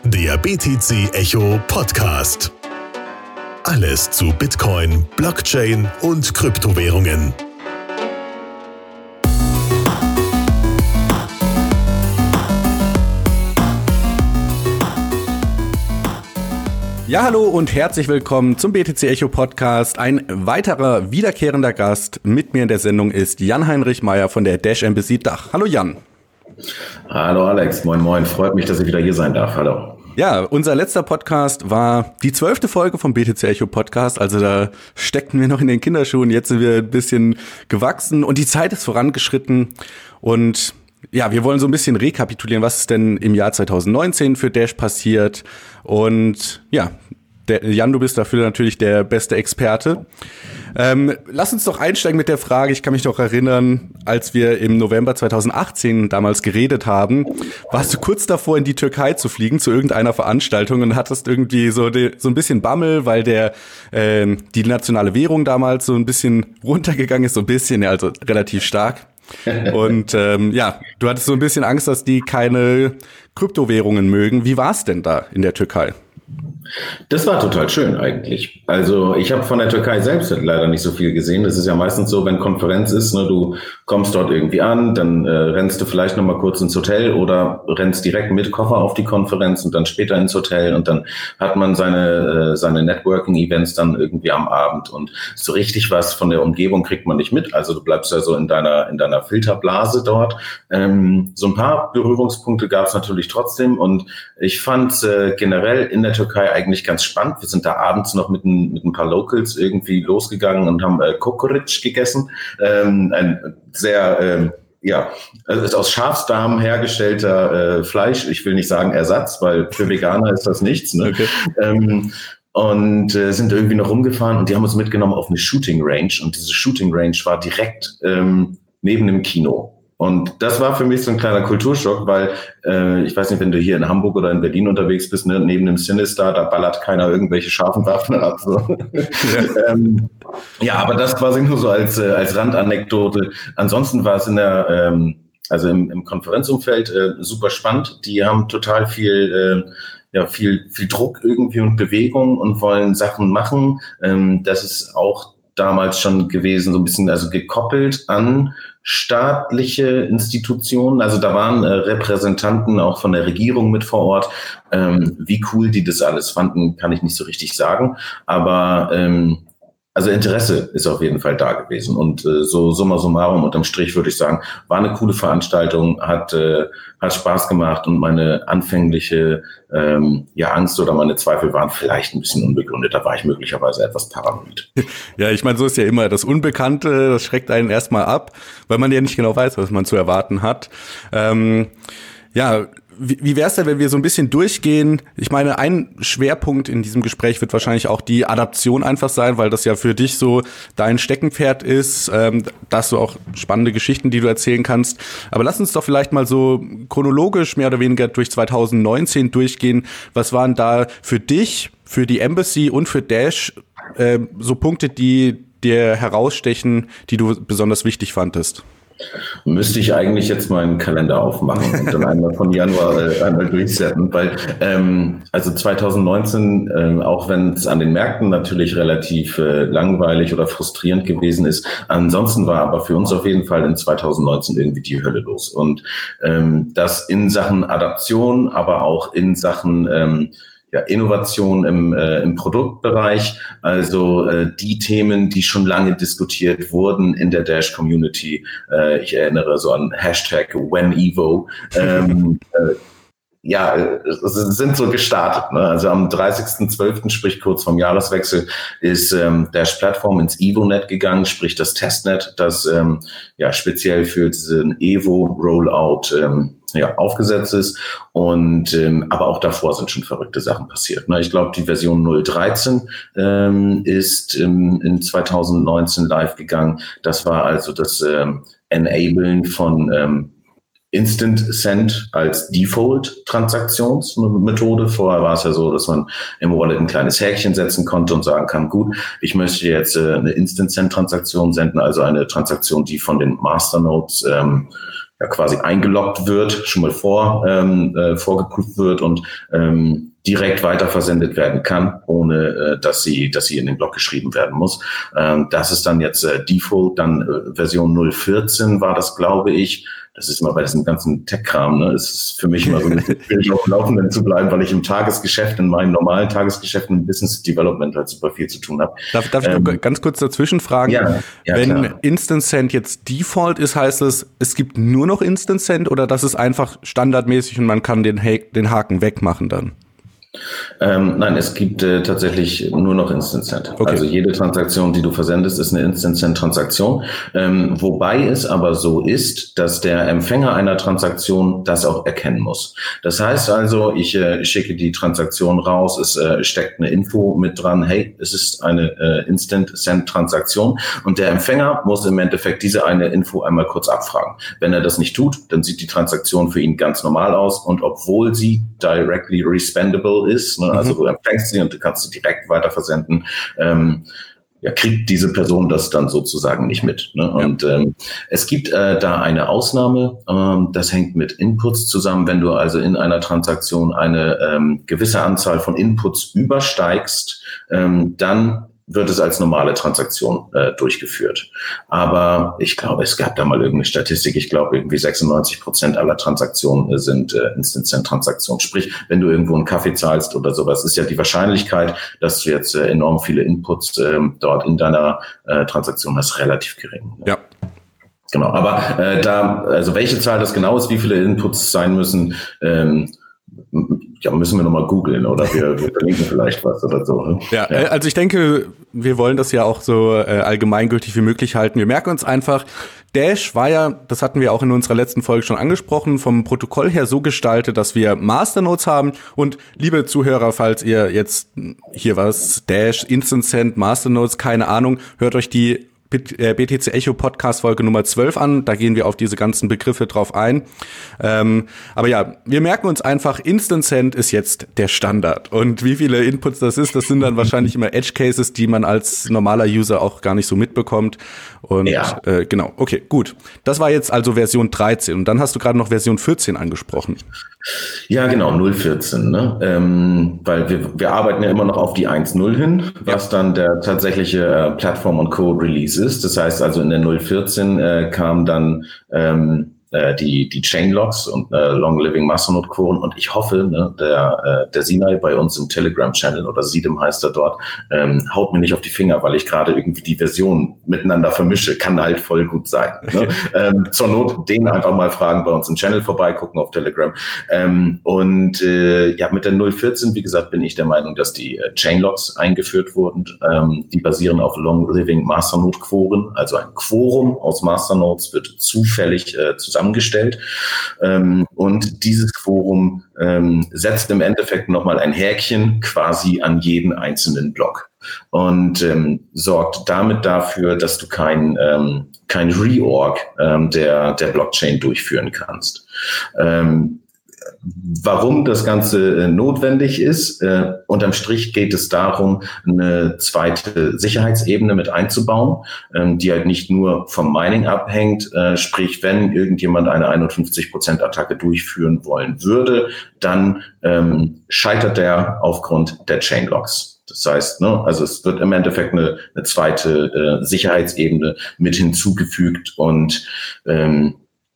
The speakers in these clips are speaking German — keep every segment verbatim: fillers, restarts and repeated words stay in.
Der B T C Echo Podcast. Alles zu Bitcoin, Blockchain und Kryptowährungen. Ja, hallo und herzlich willkommen zum B T C Echo Podcast. Ein weiterer wiederkehrender Gast mit mir in der Sendung ist Jan-Heinrich Meyer von der Dash Embassy Dach. Hallo Jan. Hallo Alex, moin moin, freut mich, dass ich wieder hier sein darf. Hallo. Ja, unser letzter Podcast war die zwölfte Folge vom B T C Echo Podcast, also da steckten wir noch in den Kinderschuhen, jetzt sind wir ein bisschen gewachsen und die Zeit ist vorangeschritten und ja, wir wollen so ein bisschen rekapitulieren, was ist denn im Jahr zwanzig neunzehn für Dash passiert und ja, der, Jan, du bist dafür natürlich der beste Experte. Ähm, lass uns doch einsteigen mit der Frage, ich kann mich noch erinnern, als wir im November zwanzig achtzehn damals geredet haben, warst du kurz davor, in die Türkei zu fliegen, zu irgendeiner Veranstaltung und hattest irgendwie so, die, so ein bisschen Bammel, weil der ähm, die nationale Währung damals so ein bisschen runtergegangen ist, so ein bisschen, ja, also relativ stark. Und ähm, ja, du hattest so ein bisschen Angst, dass die keine Kryptowährungen mögen. Wie war es denn da in der Türkei? Das war total schön eigentlich. Also ich habe von der Türkei selbst leider nicht so viel gesehen. Das ist ja meistens so, wenn Konferenz ist, ne, du kommst dort irgendwie an, dann äh, rennst du vielleicht noch mal kurz ins Hotel oder rennst direkt mit Koffer auf die Konferenz und dann später ins Hotel und dann hat man seine äh, seine Networking-Events dann irgendwie am Abend und so richtig was von der Umgebung kriegt man nicht mit. Also du bleibst ja so in deiner in deiner Filterblase dort. Ähm, so ein paar Berührungspunkte gab es natürlich trotzdem und ich fand äh, generell in der Türkei eigentlich ganz spannend. Wir sind da abends noch mit ein, mit ein paar Locals irgendwie losgegangen und haben äh, Kokoreç gegessen. Ähm, ein sehr, ähm, ja, also aus Schafsdarm hergestellter äh, Fleisch. Ich will nicht sagen Ersatz, weil für Veganer ist das nichts. Ne? Okay. Ähm, und äh, sind irgendwie noch rumgefahren und die haben uns mitgenommen auf eine Shooting Range. Und diese Shooting Range war direkt ähm, neben dem Kino. Und das war für mich so ein kleiner Kulturschock, weil äh, ich weiß nicht, wenn du hier in Hamburg oder in Berlin unterwegs bist, ne, neben dem Sinister, da ballert keiner irgendwelche scharfen Waffen ab. So. Ja. ähm, ja, aber das quasi nur so als äh, als Randanekdote. Ansonsten war es in der ähm, also im, im Konferenzumfeld äh, super spannend. Die haben total viel äh, ja viel viel Druck irgendwie und Bewegung und wollen Sachen machen. Ähm, das ist auch damals schon gewesen, so ein bisschen also gekoppelt an staatliche Institutionen. Also da waren äh, Repräsentanten auch von der Regierung mit vor Ort. Ähm, wie cool die das alles fanden, kann ich nicht so richtig sagen. Aber ähm, also Interesse ist auf jeden Fall da gewesen. Und äh, so summa summarum unterm Strich würde ich sagen, war eine coole Veranstaltung, hat äh, hat Spaß gemacht und meine anfängliche ähm, ja Angst oder meine Zweifel waren vielleicht ein bisschen unbegründet. Da war ich möglicherweise etwas paranoid. Ja, ich meine, so ist ja immer das Unbekannte, das schreckt einen erstmal ab, weil man ja nicht genau weiß, was man zu erwarten hat. Ähm, ja, Wie, wie wäre es denn, wenn wir so ein bisschen durchgehen? Ich meine, ein Schwerpunkt in diesem Gespräch wird wahrscheinlich auch die Adaption einfach sein, weil das ja für dich so dein Steckenpferd ist. Ähm, da hast du auch spannende Geschichten, die du erzählen kannst. Aber lass uns doch vielleicht mal so chronologisch mehr oder weniger durch zwanzig neunzehn durchgehen. Was waren da für dich, für die Embassy und für Dash äh, so Punkte, die dir herausstechen, die du besonders wichtig fandest? Müsste ich eigentlich jetzt meinen Kalender aufmachen und dann einmal von Januar äh, einmal durchsetzen, weil ähm, also zwanzig neunzehn, äh, auch wenn es an den Märkten natürlich relativ äh, langweilig oder frustrierend gewesen ist, ansonsten war aber für uns auf jeden Fall in zwanzig neunzehn irgendwie die Hölle los und ähm, das in Sachen Adaption, aber auch in Sachen ähm, ja, Innovation im, äh, im Produktbereich, also äh, die Themen, die schon lange diskutiert wurden in der Dash-Community. Äh, ich erinnere so an Hashtag WhenEvo. Ähm, äh, ja, es sind so gestartet. Ne? Also am dreißigsten zwölften, sprich kurz vom Jahreswechsel, ist ähm, Dash-Plattform ins EvoNet gegangen, sprich das Testnet, das ähm, ja speziell für diesen Evo-Rollout ähm, ja, aufgesetzt ist. Und ähm, aber auch davor sind schon verrückte Sachen passiert. Ne? Ich glaube, die Version null Punkt dreizehn ähm, ist ähm, in zwanzig neunzehn live gegangen. Das war also das ähm, Enablen von ähm, Instant Send als Default-Transaktionsmethode. Vorher war es ja so, dass man im Wallet ein kleines Häkchen setzen konnte und sagen kann, gut, ich möchte jetzt äh, eine Instant Send-Transaktion senden, also eine Transaktion, die von den Masternodes ähm, ja quasi eingeloggt wird, schon mal vor ähm, äh, vorgeprüft wird und ähm, direkt weiterversendet werden kann, ohne äh, dass sie dass sie in den Blog geschrieben werden muss. Ähm, das ist dann jetzt äh, Default, dann äh, Version null Punkt vierzehn war das, glaube ich. Das ist immer bei diesem ganzen Tech-Kram, ne, es ist für mich immer so ein bisschen schwierig, auf dem Laufenden zu bleiben, weil ich im Tagesgeschäft, in meinem normalen Tagesgeschäft mit Business Development halt super viel zu tun habe. Darf, darf ich ähm, noch ganz kurz dazwischen fragen? Ja, ja, Wenn klar. Instant Send jetzt Default ist, heißt es, es gibt nur noch Instant Send oder das ist einfach standardmäßig und man kann den, ha- den Haken wegmachen dann? Ähm, nein, es gibt äh, tatsächlich nur noch Instant Send. Okay. Also jede Transaktion, die du versendest, ist eine Instant Send Transaktion. Ähm, wobei es aber so ist, dass der Empfänger einer Transaktion das auch erkennen muss. Das heißt also, ich äh, schicke die Transaktion raus, es äh, steckt eine Info mit dran, hey, es ist eine äh, Instant Send Transaktion und der Empfänger muss im Endeffekt diese eine Info einmal kurz abfragen. Wenn er das nicht tut, dann sieht die Transaktion für ihn ganz normal aus und obwohl sie directly respendable ist, ne, also du empfängst sie und du kannst sie direkt weiter versenden, ähm, ja, kriegt diese Person das dann sozusagen nicht mit. Ne? Und ja. ähm, es gibt äh, da eine Ausnahme, ähm, das hängt mit Inputs zusammen. Wenn du also in einer Transaktion eine ähm, gewisse Anzahl von Inputs übersteigst, ähm, dann wird es als normale Transaktion äh, durchgeführt. Aber ich glaube, es gab da mal irgendeine Statistik, ich glaube irgendwie sechsundneunzig Prozent aller Transaktionen äh, sind äh, Instant-Send-Transaktionen. Sprich, wenn du irgendwo einen Kaffee zahlst oder sowas, ist ja die Wahrscheinlichkeit, dass du jetzt äh, enorm viele Inputs äh, dort in deiner äh, Transaktion hast, relativ gering. Ne? Ja. Genau, aber äh, da, also welche Zahl das genau ist, wie viele Inputs sein müssen, ähm, ja, müssen wir nochmal googeln oder wir, wir verlinken vielleicht was oder so. Ne? Ja, ja, also ich denke, wir wollen das ja auch so äh, allgemeingültig wie möglich halten. Wir merken uns einfach, Dash war ja, das hatten wir auch in unserer letzten Folge schon angesprochen, vom Protokoll her so gestaltet, dass wir Masternodes haben. Und liebe Zuhörer, falls ihr jetzt hier was, Dash, Instant Send, Masternodes, keine Ahnung, hört euch die B T C Echo Podcast Folge Nummer zwölf an. Da gehen wir auf diese ganzen Begriffe drauf ein. Ähm, aber ja, wir merken uns einfach, Instant Send ist jetzt der Standard. Und wie viele Inputs das ist, das sind dann wahrscheinlich immer Edge Cases, die man als normaler User auch gar nicht so mitbekommt. Und ja. äh, genau, okay, gut. Das war jetzt also Version dreizehn. Und dann hast du gerade noch Version vierzehn angesprochen. Ja, genau, null Punkt vierzehn, ne? Ähm, weil wir, wir arbeiten ja immer noch auf die eins Punkt null hin, was ja. dann der tatsächliche äh, Plattform- und Code-Release ist. Das heißt also, in der null Punkt vierzehn äh, kam dann ähm, äh, die die Chainlocks und äh, Long-Living Masternode-Quoren und ich hoffe, ne, der äh, der Sinai bei uns im Telegram-Channel oder Siedem heißt er dort, ähm, haut mir nicht auf die Finger, weil ich gerade irgendwie die Versionen miteinander vermische, kann halt voll gut sein. Ne? ähm, zur Not den einfach mal fragen, bei uns im Channel vorbeigucken auf Telegram. Ähm, und äh, ja, mit der null Punkt vierzehn, wie gesagt, bin ich der Meinung, dass die äh, Chainlocks eingeführt wurden. Ähm, die basieren auf Long-Living Masternode-Quoren, also ein Quorum aus Masternodes wird zufällig äh, zusammengestellt. Ähm, und dieses Quorum ähm, setzt im Endeffekt nochmal ein Häkchen quasi an jeden einzelnen Block und ähm, sorgt damit dafür, dass du kein, ähm, kein Reorg ähm, der, der Blockchain durchführen kannst. Ähm, Warum das Ganze äh, notwendig ist, äh, unterm Strich geht es darum, eine zweite Sicherheitsebene mit einzubauen, ähm, die halt nicht nur vom Mining abhängt, äh, sprich, wenn irgendjemand eine einundfünfzig Prozent Attacke durchführen wollen würde, dann ähm, scheitert der aufgrund der Chainlocks. Das heißt, ne, also es wird im Endeffekt eine, eine zweite äh, Sicherheitsebene mit hinzugefügt und ähm,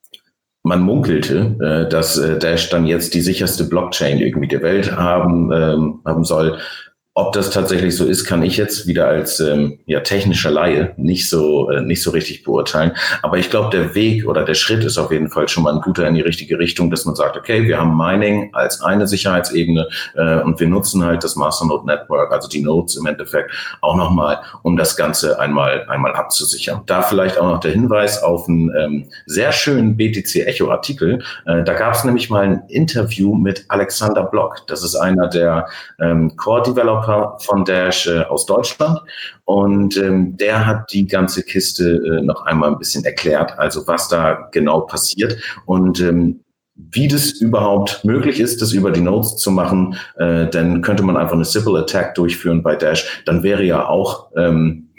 man munkelte, äh, dass äh, Dash dann jetzt die sicherste Blockchain irgendwie der Welt haben, ähm, haben soll. Ob das tatsächlich so ist, kann ich jetzt wieder als ähm, ja, technischer Laie nicht so äh, nicht so richtig beurteilen. Aber ich glaube, der Weg oder der Schritt ist auf jeden Fall schon mal ein guter in die richtige Richtung, dass man sagt, okay, wir haben Mining als eine Sicherheitsebene äh, und wir nutzen halt das Masternode Network, also die Nodes im Endeffekt auch nochmal, um das Ganze einmal einmal abzusichern. Da vielleicht auch noch der Hinweis auf einen ähm, sehr schönen B T C Echo Artikel. Äh, da gab es nämlich mal ein Interview mit Alexander Block. Das ist einer der ähm, Core Developer von Dash äh, aus Deutschland und ähm, der hat die ganze Kiste äh, noch einmal ein bisschen erklärt, also was da genau passiert und ähm, wie das überhaupt möglich ist, das über die Nodes zu machen, äh, dann könnte man einfach eine Sybil Attack durchführen bei Dash, dann wäre ja auch ähm,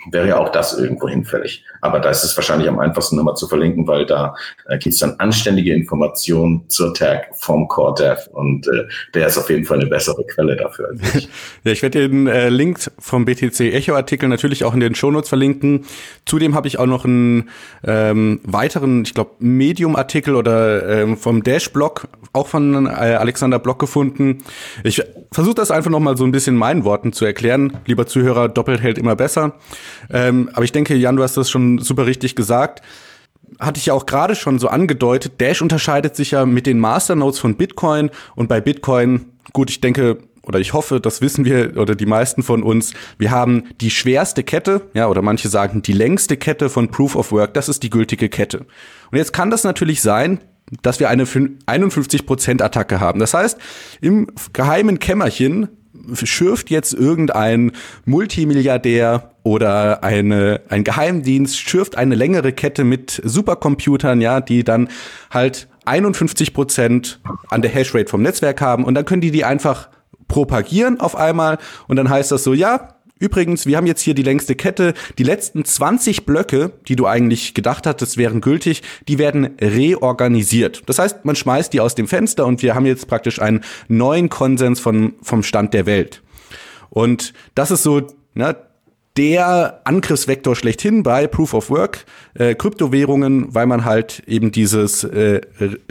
wäre ja auch das irgendwo hinfällig. Aber da ist es wahrscheinlich am einfachsten nochmal zu verlinken, weil da äh, gibt es dann anständige Informationen zur Tag vom Core Dev und äh, der ist auf jeden Fall eine bessere Quelle dafür als ich. Ja, ich werde den äh, Link vom B T C Echo Artikel natürlich auch in den Shownotes verlinken. Zudem habe ich auch noch einen ähm, weiteren, ich glaube, Medium-Artikel oder ähm, vom Dash-Blog, auch von äh, Alexander Block gefunden. Ich versuche das einfach noch mal so ein bisschen in meinen Worten zu erklären. Lieber Zuhörer, doppelt hält immer besser. Ähm, aber ich denke, Jan, du hast das schon super richtig gesagt. Hatte ich ja auch gerade schon so angedeutet, Dash unterscheidet sich ja mit den Masternodes von Bitcoin und bei Bitcoin, gut, ich denke oder ich hoffe, das wissen wir oder die meisten von uns, wir haben die schwerste Kette, ja, oder manche sagen die längste Kette von Proof of Work, das ist die gültige Kette. Und jetzt kann das natürlich sein, dass wir eine einundfünfzig Prozent Attacke haben. Das heißt, im geheimen Kämmerchen schürft jetzt irgendein Multimilliardär oder eine, ein Geheimdienst schürft eine längere Kette mit Supercomputern, ja, die dann halt einundfünfzig Prozent an der Hashrate vom Netzwerk haben und dann können die die einfach propagieren auf einmal und dann heißt das so, ja, übrigens, wir haben jetzt hier die längste Kette, die letzten zwanzig Blöcke, die du eigentlich gedacht hattest, wären gültig, die werden reorganisiert. Das heißt, man schmeißt die aus dem Fenster und wir haben jetzt praktisch einen neuen Konsens von, vom Stand der Welt. Und das ist so, ne, der Angriffsvektor schlechthin bei Proof of Work, äh, Kryptowährungen, weil man halt eben dieses äh,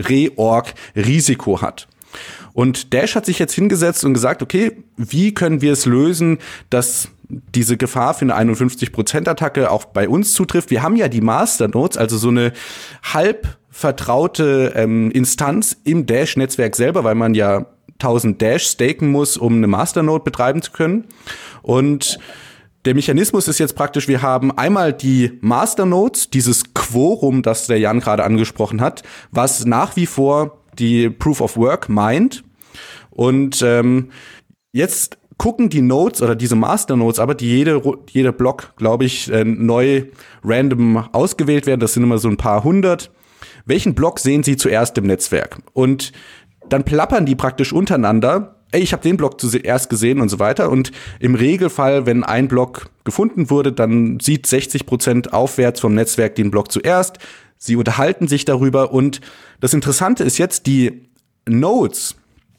Reorg-Risiko hat. Und Dash hat sich jetzt hingesetzt und gesagt, okay, wie können wir es lösen, dass diese Gefahr für eine einundfünfzig Prozent Attacke auch bei uns zutrifft? Wir haben ja die Masternodes, also so eine halb vertraute ähm, Instanz im Dash-Netzwerk selber, weil man ja tausend Dash staken muss, um eine Masternode betreiben zu können. Und der Mechanismus ist jetzt praktisch, wir haben einmal die Masternodes, dieses Quorum, das der Jan gerade angesprochen hat, was nach wie vor die Proof of Work meint. Und ähm, jetzt gucken die Nodes oder diese Masternodes, aber die jede jede Block, glaube ich, äh, neu random ausgewählt werden. Das sind immer so ein paar hundert. Welchen Block sehen sie zuerst im Netzwerk? Und dann plappern die praktisch untereinander. Ey, ich habe den Block zuerst gesehen und so weiter. Und im Regelfall, wenn ein Block gefunden wurde, dann sieht sechzig Prozent aufwärts vom Netzwerk den Block zuerst. Sie unterhalten sich darüber und das Interessante ist jetzt, die Nodes,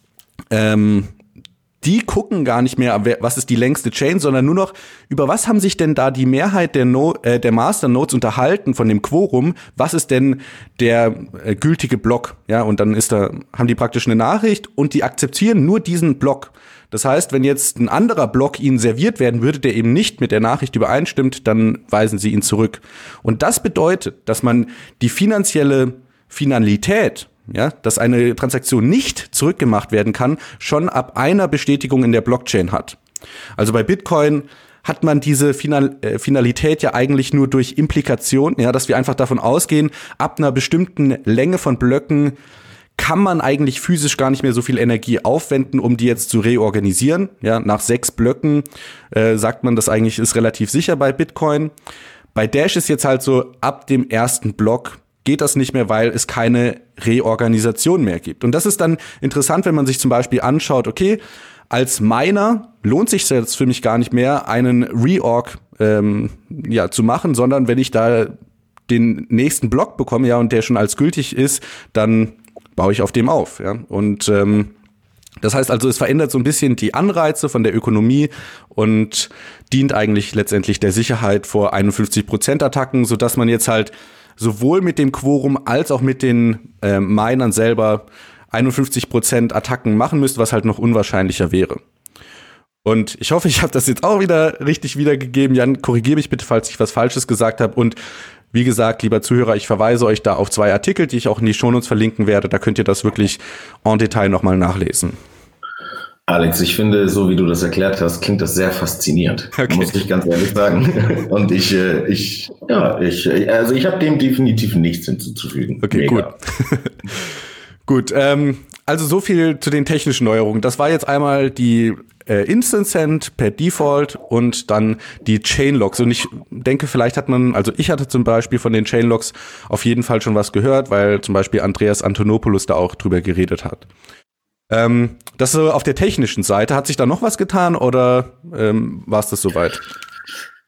ähm, die gucken gar nicht mehr, was ist die längste Chain, sondern nur noch, über was haben sich denn da die Mehrheit der, no- äh, der Masternodes unterhalten von dem Quorum, was ist denn der äh, gültige Block, ja, und dann ist da, haben die praktisch eine Nachricht und die akzeptieren nur diesen Block. Das heißt, wenn jetzt ein anderer Block ihnen serviert werden würde, der eben nicht mit der Nachricht übereinstimmt, dann weisen sie ihn zurück. Und das bedeutet, dass man die finanzielle Finalität, ja, dass eine Transaktion nicht zurückgemacht werden kann, schon ab einer Bestätigung in der Blockchain hat. Also bei Bitcoin hat man diese Final, äh, Finalität ja eigentlich nur durch Implikation, ja, dass wir einfach davon ausgehen, ab einer bestimmten Länge von Blöcken kann man eigentlich physisch gar nicht mehr so viel Energie aufwenden, um die jetzt zu reorganisieren. Ja, nach sechs Blöcken äh, sagt man, das eigentlich ist relativ sicher bei Bitcoin. Bei Dash ist jetzt halt so, ab dem ersten Block geht das nicht mehr, weil es keine Reorganisation mehr gibt. Und das ist dann interessant, wenn man sich zum Beispiel anschaut, okay, als Miner lohnt sich jetzt für mich gar nicht mehr, einen Reorg ähm, ja, zu machen, sondern wenn ich da den nächsten Block bekomme, ja, und der schon als gültig ist, dann baue ich auf dem auf, ja. Und ähm, das heißt also, es verändert so ein bisschen die Anreize von der Ökonomie und dient eigentlich letztendlich der Sicherheit vor einundfünfzig Prozent Attacken, sodass man jetzt halt sowohl mit dem Quorum als auch mit den äh, Minern selber einundfünfzig Prozent Attacken machen müsste, was halt noch unwahrscheinlicher wäre. Und ich hoffe, ich habe das jetzt auch wieder richtig wiedergegeben. Jan, korrigiere mich bitte, falls ich was Falsches gesagt habe. Und wie gesagt, lieber Zuhörer, ich verweise euch da auf zwei Artikel, die ich auch in die Shownotes verlinken werde. Da könnt ihr das wirklich en Detail nochmal nachlesen. Alex, ich finde, so wie du das erklärt hast, klingt das sehr faszinierend, okay. Muss ich ganz ehrlich sagen. Und ich, ich, ja, ich, also ich habe dem definitiv nichts hinzuzufügen. Okay, Mega. Gut. Gut, ähm, also so viel zu den technischen Neuerungen. Das war jetzt einmal die äh, Instant Send per Default und dann die Chainlocks. Und ich denke, vielleicht hat man, also ich hatte zum Beispiel von den Chainlocks auf jeden Fall schon was gehört, weil zum Beispiel Andreas Antonopoulos da auch drüber geredet hat. Ähm, das so auf der technischen Seite. Hat sich da noch was getan oder ähm, war es das soweit?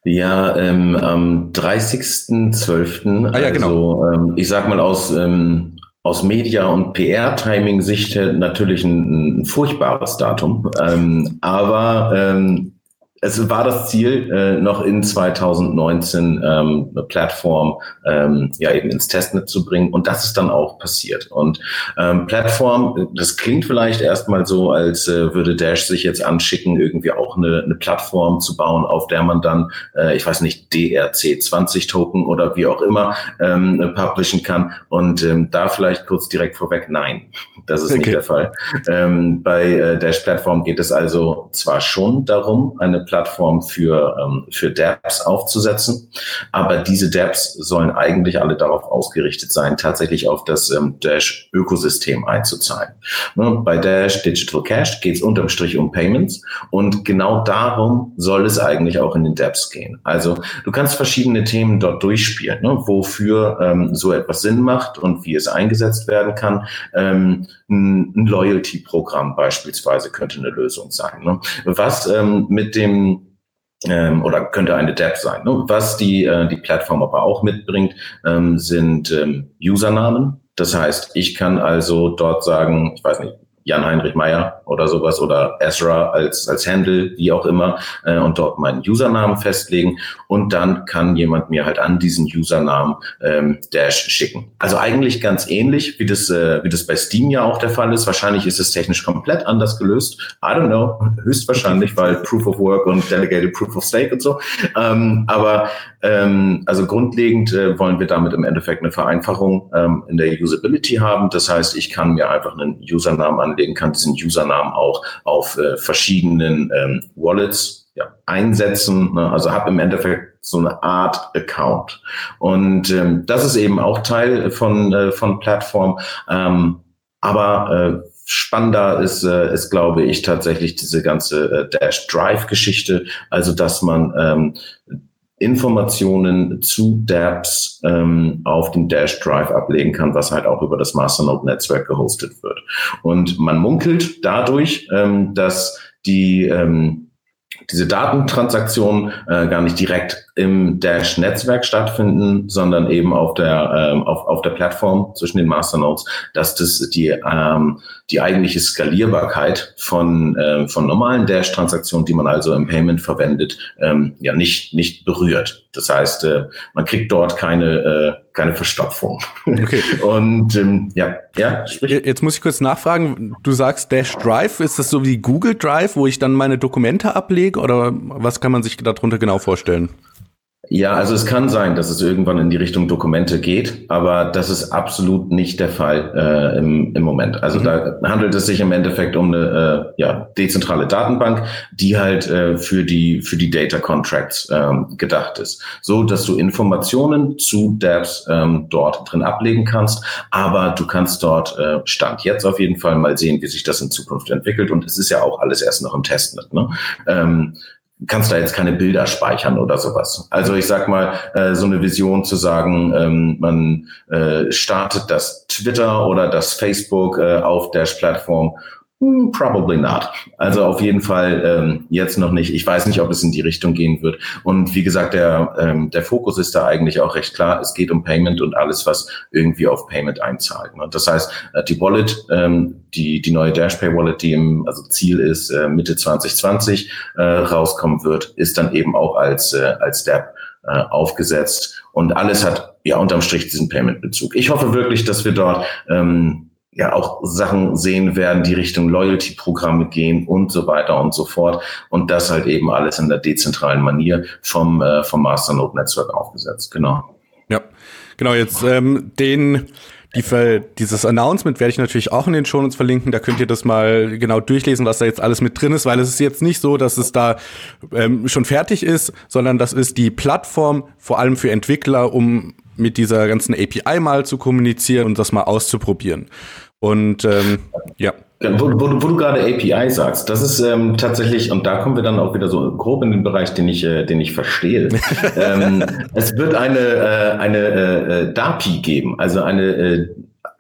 Ja, ähm, am dreißigsten zwölften Ah, ja, genau. Also ähm, ich sag mal aus ähm, aus Media- und P R-Timing-Sicht natürlich ein, ein furchtbares Datum, ähm, aber ähm, es war das Ziel, äh, noch in zwanzig neunzehn ähm, eine Plattform ähm, ja eben ins Testnet zu bringen, und das ist dann auch passiert. Und ähm, Plattform, das klingt vielleicht erstmal so, als äh, würde Dash sich jetzt anschicken, irgendwie auch eine, eine Plattform zu bauen, auf der man dann, äh, ich weiß nicht, D R C zwanzig Token oder wie auch immer ähm, publishen kann. Und ähm, da vielleicht kurz direkt vorweg, nein, das ist okay. nicht der Fall. Ähm, bei äh, Dash Plattform geht es also zwar schon darum, eine Plattform für, ähm, für dApps aufzusetzen, aber diese dApps sollen eigentlich alle darauf ausgerichtet sein, tatsächlich auf das ähm, Dash-Ökosystem einzuzahlen. Ne? Bei Dash Digital Cash geht es unterm Strich um Payments, und genau darum soll es eigentlich auch in den dApps gehen. Also du kannst verschiedene Themen dort durchspielen, ne? Wofür ähm, so etwas Sinn macht und wie es eingesetzt werden kann. Ähm, ein ein Loyalty-Programm beispielsweise könnte eine Lösung sein. Ne? Was ähm, mit dem ähm, oder könnte eine dApp sein. Ne? Was die äh, die Plattform aber auch mitbringt, ähm, sind ähm, Usernamen. Das heißt, ich kann also dort sagen, ich weiß nicht, Jan-Heinrich Meyer oder sowas oder Ezra als als Handle, wie auch immer, äh, und dort meinen Usernamen festlegen, und dann kann jemand mir halt an diesen Usernamen ähm, Dash schicken. Also eigentlich ganz ähnlich, wie das äh, wie das bei Steam ja auch der Fall ist. Wahrscheinlich ist es technisch komplett anders gelöst. I don't know, höchstwahrscheinlich, weil Proof of Work und Delegated Proof of Stake und so. Ähm, aber ähm, also grundlegend äh, wollen wir damit im Endeffekt eine Vereinfachung ähm, in der Usability haben. Das heißt, ich kann mir einfach einen Usernamen anlegen, kann diesen Usernamen auch auf äh, verschiedenen ähm, Wallets ja, einsetzen. Ne? Also habe im Endeffekt so eine Art Account. Und ähm, das ist eben auch Teil von äh, von Plattform. Ähm, aber äh, spannender ist, äh, ist, glaube ich, tatsächlich diese ganze äh, Dash Drive-Geschichte. Also dass man ähm, Informationen zu dApps ähm, auf den Dash Drive ablegen kann, was halt auch über das Masternode-Netzwerk gehostet wird. Und man munkelt dadurch, ähm, dass die ähm, diese Datentransaktionen äh, gar nicht direkt im Dash-Netzwerk stattfinden, sondern eben auf der ähm, auf auf der Plattform zwischen den Masternodes, dass das die ähm, die eigentliche Skalierbarkeit von äh, von normalen Dash-Transaktionen, die man also im Payment verwendet, ähm, ja nicht nicht berührt. Das heißt, äh, man kriegt dort keine äh, keine Verstopfung. Okay. Und ähm, ja, ja. Sprich. Jetzt muss ich kurz nachfragen. Du sagst Dash Drive, ist das so wie Google Drive, wo ich dann meine Dokumente ablege, oder was kann man sich darunter genau vorstellen? Ja, also es kann sein, dass es irgendwann in die Richtung Dokumente geht, aber das ist absolut nicht der Fall äh, im, im Moment. Also mhm. da handelt es sich im Endeffekt um eine äh, ja, dezentrale Datenbank, die halt äh, für die für die Data Contracts ähm, gedacht ist, so dass du Informationen zu dApps ähm, dort drin ablegen kannst, aber du kannst dort äh, Stand jetzt auf jeden Fall mal sehen, wie sich das in Zukunft entwickelt, und es ist ja auch alles erst noch im Testnet, ne? Ähm, kannst da jetzt keine Bilder speichern oder sowas. Also ich sag mal, äh, so eine Vision zu sagen, ähm, man äh, startet das Twitter oder das Facebook äh, auf Dash-Plattform, hm, probably not. Also auf jeden Fall ähm, jetzt noch nicht. Ich weiß nicht, ob es in die Richtung gehen wird. Und wie gesagt, der ähm, der Fokus ist da eigentlich auch recht klar. Es geht um Payment und alles, was irgendwie auf Payment einzahlt. Ne? Das heißt, äh, die Wallet, ähm, die die neue DashPay Wallet, die im also Ziel ist, äh, Mitte zwanzig zwanzig äh, rauskommen wird, ist dann eben auch als äh, als dApp äh, aufgesetzt. Und alles hat ja unterm Strich diesen Payment-Bezug. Ich hoffe wirklich, dass wir dort ähm, ja auch Sachen sehen werden, die Richtung Loyalty-Programme gehen und so weiter und so fort. Und das halt eben alles in der dezentralen Manier vom äh, vom Masternode-Netzwerk aufgesetzt. Genau. Ja, genau. Jetzt ähm, den die, dieses Announcement werde ich natürlich auch in den Shownotes verlinken. Da könnt ihr das mal genau durchlesen, was da jetzt alles mit drin ist, weil es ist jetzt nicht so, dass es da ähm, schon fertig ist, sondern das ist die Plattform vor allem für Entwickler, um mit dieser ganzen A P I mal zu kommunizieren und das mal auszuprobieren. Und ähm, ja. Wo, wo, wo du gerade A P I sagst, das ist ähm, tatsächlich, und da kommen wir dann auch wieder so grob in den Bereich, den ich, äh, den ich verstehe. ähm, es wird eine äh, eine äh, D A P I geben, also eine äh,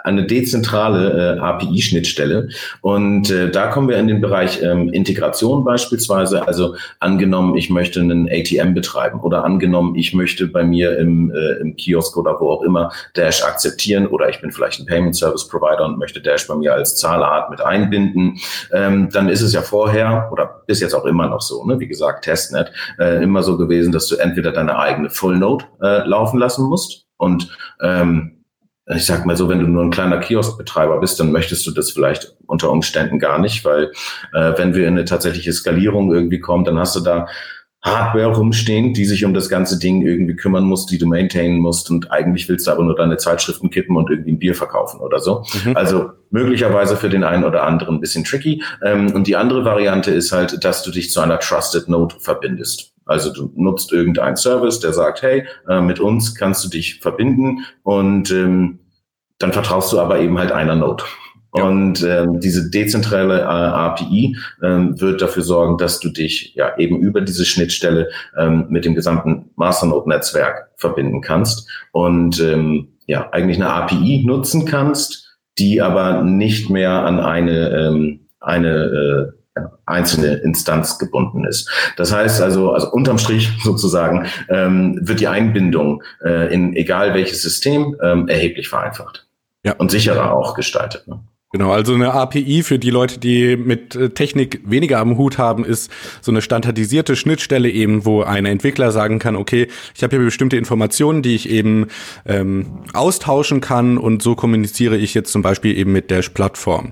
eine dezentrale äh, A P I-Schnittstelle. Und äh, da kommen wir in den Bereich ähm, Integration beispielsweise. Also angenommen, ich möchte einen A T M betreiben oder angenommen, ich möchte bei mir im, äh, im Kiosk oder wo auch immer Dash akzeptieren oder ich bin vielleicht ein Payment Service Provider und möchte Dash bei mir als Zahlart mit einbinden. Ähm, dann ist es ja vorher oder bis jetzt auch immer noch so, ne? Wie gesagt, Testnet, äh, immer so gewesen, dass du entweder deine eigene Full Node äh, laufen lassen musst und ähm, ich sag mal so, wenn du nur ein kleiner Kioskbetreiber bist, dann möchtest du das vielleicht unter Umständen gar nicht, weil äh, wenn wir in eine tatsächliche Skalierung irgendwie kommen, dann hast du da Hardware rumstehen, die sich um das ganze Ding irgendwie kümmern muss, die du maintainen musst und eigentlich willst du aber nur deine Zeitschriften kippen und irgendwie ein Bier verkaufen oder so. Mhm. Also möglicherweise für den einen oder anderen ein bisschen tricky. Ähm, und die andere Variante ist halt, dass du dich zu einer Trusted Node verbindest. Also du nutzt irgendeinen Service, der sagt, hey, äh, mit uns kannst du dich verbinden und ähm, dann vertraust du aber eben halt einer Node. Ja. Und ähm, diese dezentrale äh, A P I ähm, wird dafür sorgen, dass du dich ja eben über diese Schnittstelle ähm, mit dem gesamten Masternode-Netzwerk verbinden kannst und ähm, ja eigentlich eine A P I nutzen kannst, die aber nicht mehr an eine ähm, eine äh, einzelne Instanz gebunden ist. Das heißt also, also unterm Strich sozusagen, ähm, wird die Einbindung äh, in egal welches System ähm, erheblich vereinfacht. Ja. Und sicherer auch gestaltet. Ne? Genau, also eine A P I für die Leute, die mit Technik weniger am Hut haben, ist so eine standardisierte Schnittstelle eben, wo ein Entwickler sagen kann, okay, ich habe hier bestimmte Informationen, die ich eben ähm, austauschen kann und so kommuniziere ich jetzt zum Beispiel eben mit Dash-Plattform.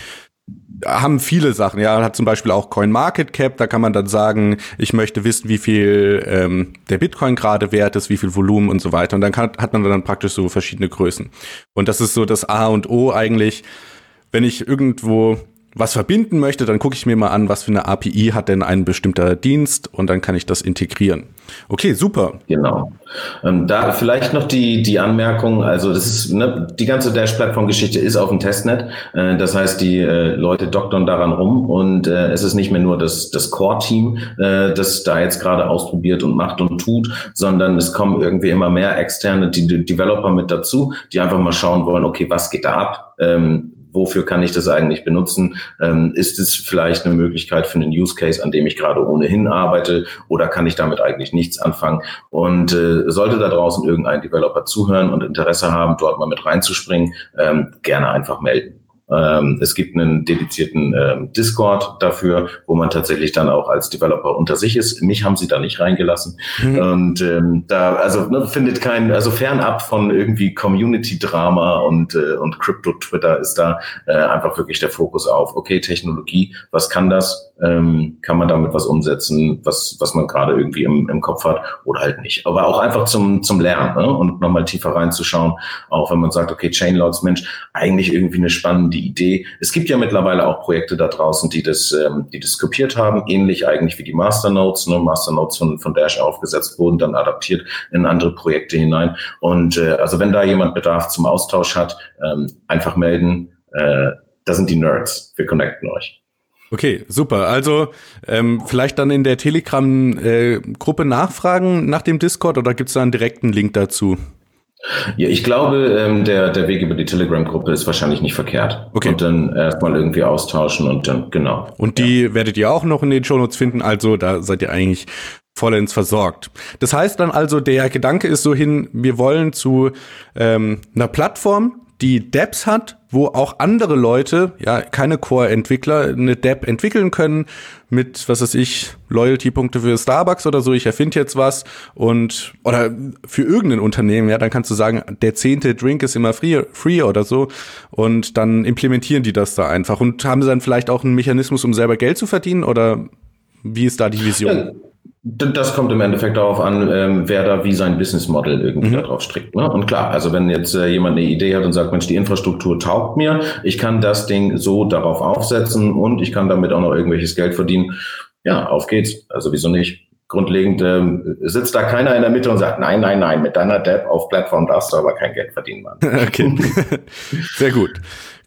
Haben viele Sachen, ja, hat zum Beispiel auch CoinMarketCap, da kann man dann sagen, ich möchte wissen, wie viel ähm, der Bitcoin gerade wert ist, wie viel Volumen und so weiter und dann kann, hat man dann praktisch so verschiedene Größen. Und das ist so das A und O eigentlich, wenn ich irgendwo was verbinden möchte, dann gucke ich mir mal an, was für eine A P I hat denn ein bestimmter Dienst und dann kann ich das integrieren. Okay, super. Genau. Ähm, da vielleicht noch die die Anmerkung, also das ist ne, die ganze Dash-Plattform-Geschichte ist auf dem Testnet. Äh, das heißt, die äh, Leute doktern daran rum und äh, es ist nicht mehr nur das das Core-Team, äh, das da jetzt gerade ausprobiert und macht und tut, sondern es kommen irgendwie immer mehr externe die, die Developer mit dazu, die einfach mal schauen wollen, okay, was geht da ab? Ähm, Wofür kann ich das eigentlich benutzen? Ähm, ist es vielleicht eine Möglichkeit für einen Use Case, an dem ich gerade ohnehin arbeite, oder kann ich damit eigentlich nichts anfangen? Und äh, sollte da draußen irgendein Developer zuhören und Interesse haben, dort mal mit reinzuspringen, ähm, gerne einfach melden. Ähm, es gibt einen dedizierten ähm, Discord dafür, wo man tatsächlich dann auch als Developer unter sich ist. Mich haben sie da nicht reingelassen. Mhm. Und ähm, da, also ne, findet kein, also fernab von irgendwie Community-Drama und äh, und Crypto-Twitter ist da äh, einfach wirklich der Fokus auf, okay, Technologie, was kann das? Ähm, kann man damit was umsetzen, was was man gerade irgendwie im, im Kopf hat oder halt nicht. Aber auch einfach zum zum Lernen, ne? Und nochmal tiefer reinzuschauen, auch wenn man sagt, okay, Chainlogs, Mensch, eigentlich irgendwie eine spannende Idee. Es gibt ja mittlerweile auch Projekte da draußen, die das ähm, die das kopiert haben, ähnlich eigentlich wie die Masternodes, ne? Masternodes von von Dash aufgesetzt wurden, dann adaptiert in andere Projekte hinein. Und äh, also wenn da jemand Bedarf zum Austausch hat, ähm, einfach melden. Äh, da sind die Nerds. Wir connecten euch. Okay, super. Also ähm, vielleicht dann in der Telegram-Gruppe äh, nachfragen nach dem Discord oder gibt es da einen direkten Link dazu? Ja, ich glaube, ähm, der der Weg über die Telegram-Gruppe ist wahrscheinlich nicht verkehrt. Okay. Und dann erstmal irgendwie austauschen und dann, genau. Und die ja. werdet ihr auch noch in den Shownotes finden, also da seid ihr eigentlich vollends versorgt. Das heißt dann also, der Gedanke ist so hin, wir wollen zu ähm, einer Plattform, die Dapps hat, wo auch andere Leute, ja, keine Core-Entwickler, eine Dapp entwickeln können mit, was weiß ich, Loyalty-Punkte für Starbucks oder so, ich erfinde jetzt was und, oder für irgendein Unternehmen, ja, dann kannst du sagen, der zehnte Drink ist immer free, free oder so und dann implementieren die das da einfach und haben sie dann vielleicht auch einen Mechanismus, um selber Geld zu verdienen oder wie ist da die Vision? Ja. Das kommt im Endeffekt darauf an, ähm, wer da wie sein Business Model irgendwie mhm. darauf strickt. Ne? Und klar, also wenn jetzt äh, jemand eine Idee hat und sagt, Mensch, die Infrastruktur taugt mir, ich kann das Ding so darauf aufsetzen und ich kann damit auch noch irgendwelches Geld verdienen, ja, auf geht's. Also wieso nicht? Grundlegend ähm, sitzt da keiner in der Mitte und sagt, nein, nein, nein, mit deiner Dapp auf Plattform darfst du aber kein Geld verdienen, Mann. Okay, sehr gut.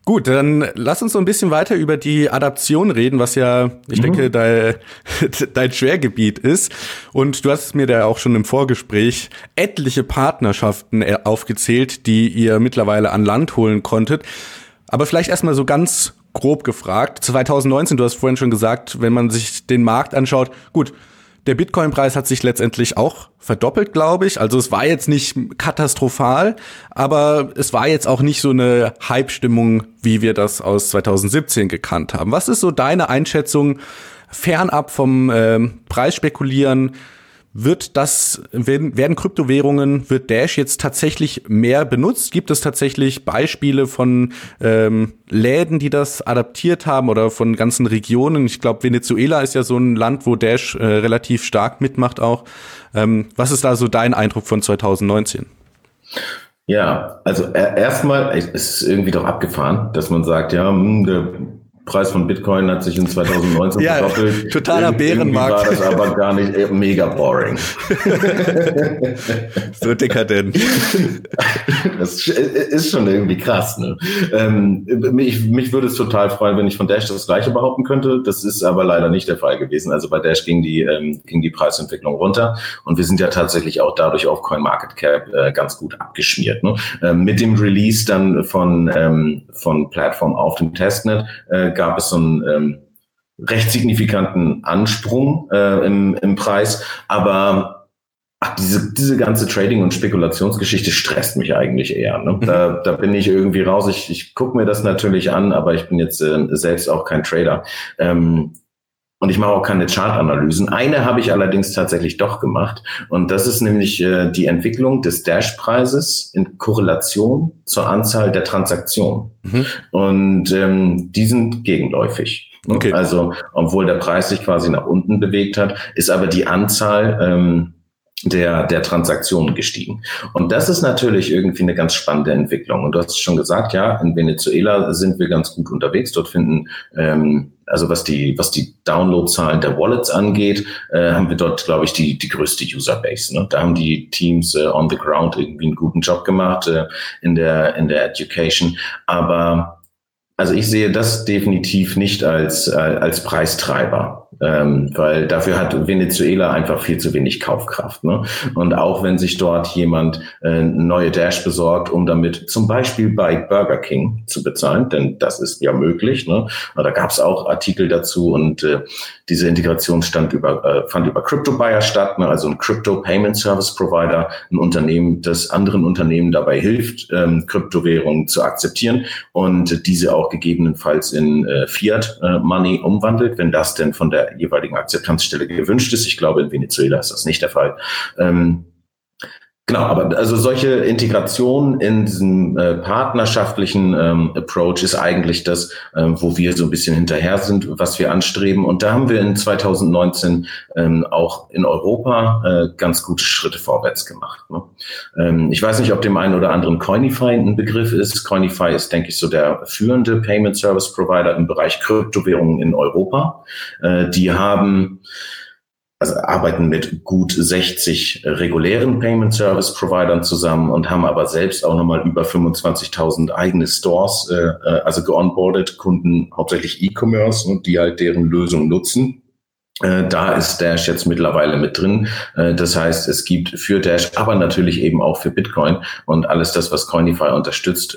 Gut, dann lass uns so ein bisschen weiter über die Adaption reden, was ja, ich mhm. denke, dein, dein Schwergebiet ist. Und du hast mir da auch schon im Vorgespräch etliche Partnerschaften aufgezählt, die ihr mittlerweile an Land holen konntet. Aber vielleicht erstmal so ganz grob gefragt. zwanzig neunzehn, du hast vorhin schon gesagt, wenn man sich den Markt anschaut, gut, der Bitcoin-Preis hat sich letztendlich auch verdoppelt, glaube ich. Also es war jetzt nicht katastrophal, aber es war jetzt auch nicht so eine Hype-Stimmung, wie wir das aus zwanzig siebzehn gekannt haben. Was ist so deine Einschätzung fernab vom äh, Preisspekulieren? Wird das, werden, werden Kryptowährungen, wird Dash jetzt tatsächlich mehr benutzt? Gibt es tatsächlich Beispiele von ähm, Läden, die das adaptiert haben oder von ganzen Regionen? Ich glaube, Venezuela ist ja so ein Land, wo Dash äh, relativ stark mitmacht auch. Ähm, was ist da so dein Eindruck von zwanzig neunzehn? Ja, also äh, erstmal ist es irgendwie doch abgefahren, dass man sagt, ja, mh, der Preis von Bitcoin hat sich in zwanzig neunzehn ja, verdoppelt. Totaler Bärenmarkt. Irgendwie war das aber gar nicht mega boring. So dekadent. Das ist schon irgendwie krass, ne? Ähm, mich, mich würde es total freuen, wenn ich von Dash das Gleiche behaupten könnte. Das ist aber leider nicht der Fall gewesen. Also bei Dash ging die, ähm, ging die Preisentwicklung runter und wir sind ja tatsächlich auch dadurch auf CoinMarketCap äh, ganz gut abgeschmiert, ne? Ähm, mit dem Release dann von, ähm, von Plattform auf dem Testnet äh, gab es so einen ähm, recht signifikanten Ansprung äh, im, im Preis, aber ach, diese, diese ganze Trading- und Spekulationsgeschichte stresst mich eigentlich eher. Ne? Da, da bin ich irgendwie raus. Ich, ich gucke mir das natürlich an, aber ich bin jetzt äh, selbst auch kein Trader. Ähm, Und ich mache auch keine Chartanalysen. Eine habe ich allerdings tatsächlich doch gemacht. Und das ist nämlich äh, die Entwicklung des Dash-Preises in Korrelation zur Anzahl der Transaktionen. Mhm. Und ähm, die sind gegenläufig. Okay. Also obwohl der Preis sich quasi nach unten bewegt hat, ist aber die Anzahl ähm, der der Transaktionen gestiegen. Und das ist natürlich irgendwie eine ganz spannende Entwicklung. Und du hast schon gesagt, ja, in Venezuela sind wir ganz gut unterwegs. Dort finden, ähm, also was die was die Downloadzahlen der Wallets angeht, äh, haben wir dort, glaube ich, die die größte Userbase. Ne? Da haben die Teams äh, on the ground irgendwie einen guten Job gemacht äh, in der in der Education. Aber also ich sehe das definitiv nicht als äh, als Preistreiber, ähm, weil dafür hat Venezuela einfach viel zu wenig Kaufkraft. Ne? Und auch wenn sich dort jemand äh, neue Dash besorgt, um damit zum Beispiel bei Burger King zu bezahlen, denn das ist ja möglich. Ne? Da gab es auch Artikel dazu und äh, diese Integration stand über, äh, fand über CryptoBuyer statt, ne? Also ein Crypto Payment Service Provider, ein Unternehmen, das anderen Unternehmen dabei hilft, ähm, Kryptowährungen zu akzeptieren und diese auch gegebenenfalls in äh, Fiat äh, Money umwandelt, wenn das denn von der jeweiligen Akzeptanzstelle gewünscht ist. Ich glaube, in Venezuela ist das nicht der Fall. Ähm, Genau, aber also solche Integration in diesem äh, partnerschaftlichen ähm, Approach ist eigentlich das, ähm, wo wir so ein bisschen hinterher sind, was wir anstreben. Und da haben wir in zwanzig neunzehn ähm, auch in Europa äh, ganz gute Schritte vorwärts gemacht. Ne? Ähm, ich weiß nicht, ob dem einen oder anderen Coinify ein Begriff ist. Coinify ist, denke ich, so der führende Payment Service Provider im Bereich Kryptowährungen in Europa. Äh, die haben Also arbeiten mit gut sechzig regulären Payment Service Providern zusammen und haben aber selbst auch nochmal über fünfundzwanzigtausend eigene Stores, äh, also geonboardet, Kunden hauptsächlich E-Commerce und die halt deren Lösung nutzen. Äh, da ist Dash jetzt mittlerweile mit drin. Äh, das heißt, es gibt für Dash, aber natürlich eben auch für Bitcoin und alles das, was Coinify unterstützt,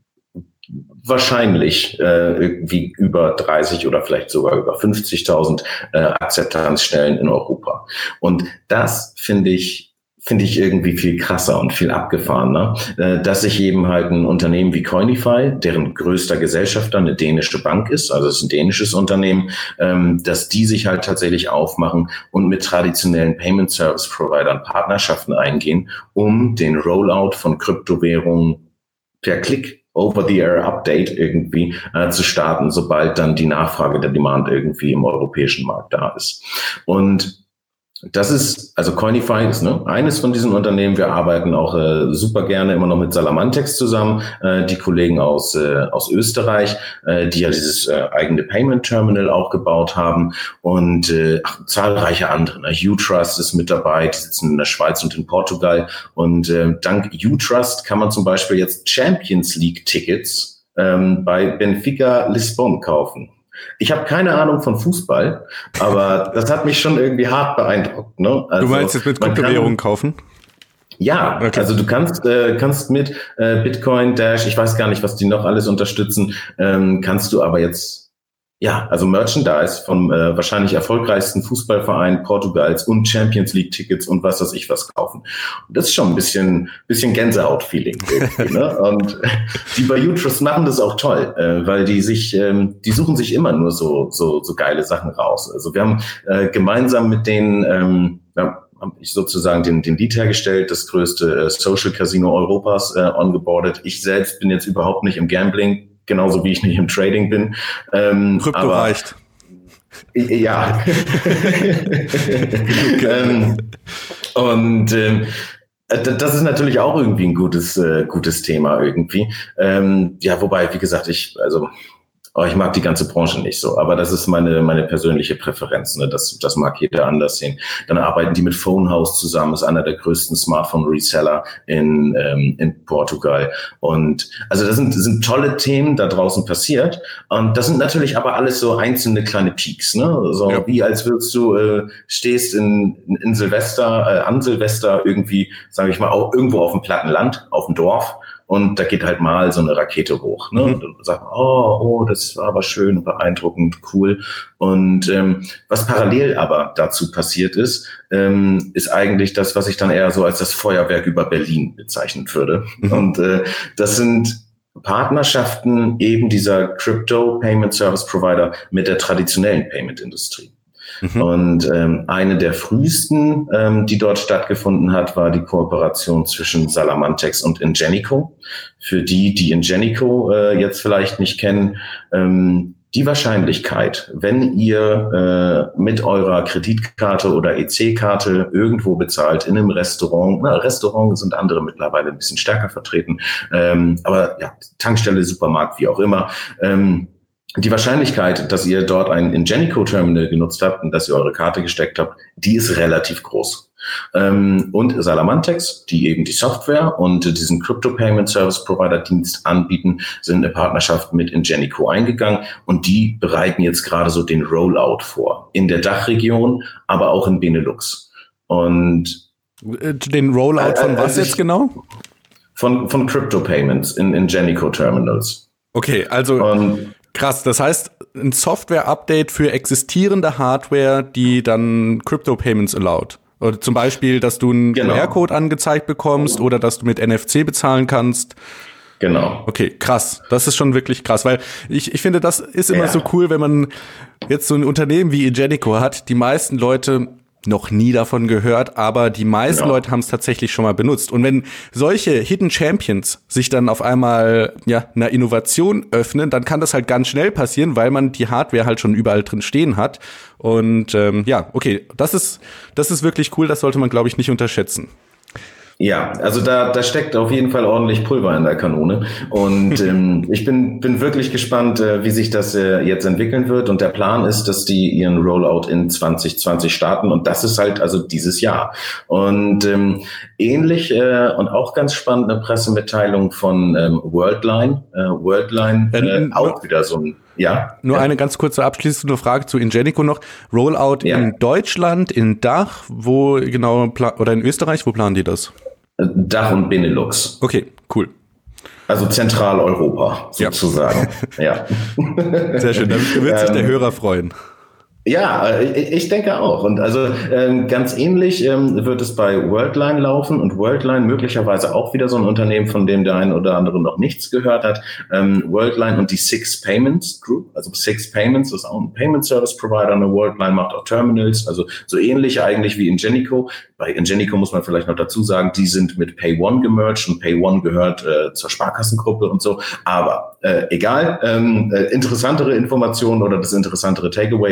wahrscheinlich äh, irgendwie über dreißig oder vielleicht sogar über fünfzigtausend äh, Akzeptanzstellen in Europa. Und das finde ich finde ich irgendwie viel krasser und viel abgefahrener, äh, dass sich eben halt ein Unternehmen wie Coinify, deren größter Gesellschafter eine dänische Bank ist, also es ist ein dänisches Unternehmen, ähm, dass die sich halt tatsächlich aufmachen und mit traditionellen Payment Service Providern Partnerschaften eingehen, um den Rollout von Kryptowährungen per Klick Over-the-Air-Update irgendwie äh, zu starten, sobald dann die Nachfrage, der Demand irgendwie im europäischen Markt da ist. Und das ist, also Coinify ist ne, eines von diesen Unternehmen. Wir arbeiten auch äh, super gerne immer noch mit Salamantex zusammen, äh, die Kollegen aus äh, aus Österreich, äh, die ja dieses äh, eigene Payment Terminal auch gebaut haben und äh, ach, zahlreiche andere. Ne? Utrust ist mit dabei, die sitzen in der Schweiz und in Portugal und äh, dank Utrust kann man zum Beispiel jetzt Champions League Tickets ähm, bei Benfica Lissabon kaufen. Ich habe keine Ahnung von Fußball, aber das hat mich schon irgendwie hart beeindruckt. Ne? Also, du meinst jetzt mit Kryptowährungen kaufen? Ja, okay. Also du kannst äh, kannst mit äh, Bitcoin, Dash, ich weiß gar nicht, was die noch alles unterstützen, ähm, kannst du aber jetzt, ja, also Merchandise vom äh, wahrscheinlich erfolgreichsten Fußballverein Portugals und Champions League Tickets und was weiß ich was kaufen. Und das ist schon ein bisschen bisschen Gänsehaut-Feeling irgendwie, ne? Und die bei U-Trust machen das auch toll, äh, weil die sich, ähm, die suchen sich immer nur so so so geile Sachen raus. Also wir haben äh, gemeinsam mit denen ähm, ja, habe ich sozusagen den, den Lead hergestellt, das größte äh, Social Casino Europas äh, ongeboardet. Ich selbst bin jetzt überhaupt nicht im Gambling, genauso wie ich nicht im Trading bin. Ähm, Krypto aber, reicht. Ja. ähm, und ähm, das ist natürlich auch irgendwie ein gutes, äh, gutes Thema irgendwie. Ähm, ja, wobei, wie gesagt, ich, also Oh, ich mag die ganze Branche nicht so, aber das ist meine meine persönliche Präferenz. Ne? Das das mag jeder anders sehen. Dann arbeiten die mit Phonehouse zusammen, ist einer der größten Smartphone-Reseller in ähm, in Portugal. Und also das sind das sind tolle Themen da draußen passiert. Und das sind natürlich aber alles so einzelne kleine Peaks, ne? So ja. Wie als würdest du äh, stehst in in Silvester äh, an Silvester irgendwie, sage ich mal, auch irgendwo auf dem platten Land, auf dem Dorf. Und da geht halt mal so eine Rakete hoch. Ne? Mhm. Und dann sagt man, oh, oh, das war aber schön, beeindruckend, cool. Und ähm, was parallel aber dazu passiert ist, ähm, ist eigentlich das, was ich dann eher so als das Feuerwerk über Berlin bezeichnen würde. Mhm. Und äh, das sind Partnerschaften eben dieser Crypto Payment Service Provider mit der traditionellen Payment-Industrie. Mhm. Und ähm, eine der frühesten, ähm, die dort stattgefunden hat, war die Kooperation zwischen Salamantex und Ingenico. Für die, die Ingenico äh, jetzt vielleicht nicht kennen, ähm, die Wahrscheinlichkeit, wenn ihr äh, mit eurer Kreditkarte oder E C-Karte irgendwo bezahlt, in einem Restaurant, na, Restaurant sind andere mittlerweile ein bisschen stärker vertreten, ähm, aber ja, Tankstelle, Supermarkt, wie auch immer, ähm, die Wahrscheinlichkeit, dass ihr dort ein Ingenico-Terminal genutzt habt und dass ihr eure Karte gesteckt habt, die ist relativ groß. Ähm, und Salamantex, die eben die Software und diesen Crypto Payment Service Provider Dienst anbieten, sind eine Partnerschaft mit Ingenico eingegangen und die bereiten jetzt gerade so den Rollout vor. In der Dachregion, aber auch in Benelux. Und den Rollout von äh, was jetzt genau? Von, von Crypto Payments in Ingenico Terminals. Okay, also und krass, das heißt, ein Software-Update für existierende Hardware, die dann Crypto-Payments allowed. Oder zum Beispiel, dass du einen genau. Q R-Code angezeigt bekommst oder dass du mit N F C bezahlen kannst. Genau. Okay, krass. Das ist schon wirklich krass, weil ich, ich finde, das ist immer ja. so cool, wenn man jetzt so ein Unternehmen wie Ingenico hat. Die meisten Leute noch nie davon gehört, aber die meisten ja. Leute haben es tatsächlich schon mal benutzt. Und wenn solche Hidden Champions sich dann auf einmal ja einer Innovation öffnen, dann kann das halt ganz schnell passieren, weil man die Hardware halt schon überall drin stehen hat. Und ähm, ja, okay, das ist das ist wirklich cool. Das sollte man, glaube ich, nicht unterschätzen. Ja, also da da steckt auf jeden Fall ordentlich Pulver in der Kanone und ähm, ich bin bin wirklich gespannt, äh, wie sich das äh, jetzt entwickeln wird und der Plan ist, dass die ihren Rollout in zwanzig zwanzig starten und das ist halt also dieses Jahr und ähm, ähnlich äh, und auch ganz spannend eine Pressemitteilung von ähm, Worldline, äh, Worldline äh, auch wieder so ein Ja. Nur ja. eine ganz kurze abschließende Frage zu Ingenico noch. Rollout ja. in Deutschland, in Dach, wo genau, oder in Österreich, wo planen die das? Dach und Benelux. Okay, cool. Also Zentraleuropa sozusagen. Ja. ja. Sehr schön, da wird sich der Hörer freuen. Ja, ich denke auch. Und also ähm, ganz ähnlich ähm, wird es bei Worldline laufen und Worldline möglicherweise auch wieder so ein Unternehmen, von dem der ein oder andere noch nichts gehört hat. Ähm, Worldline und die Six Payments Group, also Six Payments ist auch ein Payment Service Provider. Eine Worldline macht auch Terminals, also so ähnlich eigentlich wie Ingenico. Bei Ingenico muss man vielleicht noch dazu sagen, die sind mit PayOne gemerged und PayOne gehört äh, zur Sparkassengruppe und so. Aber äh, egal, ähm, äh, interessantere Informationen oder das interessantere Takeaway ist,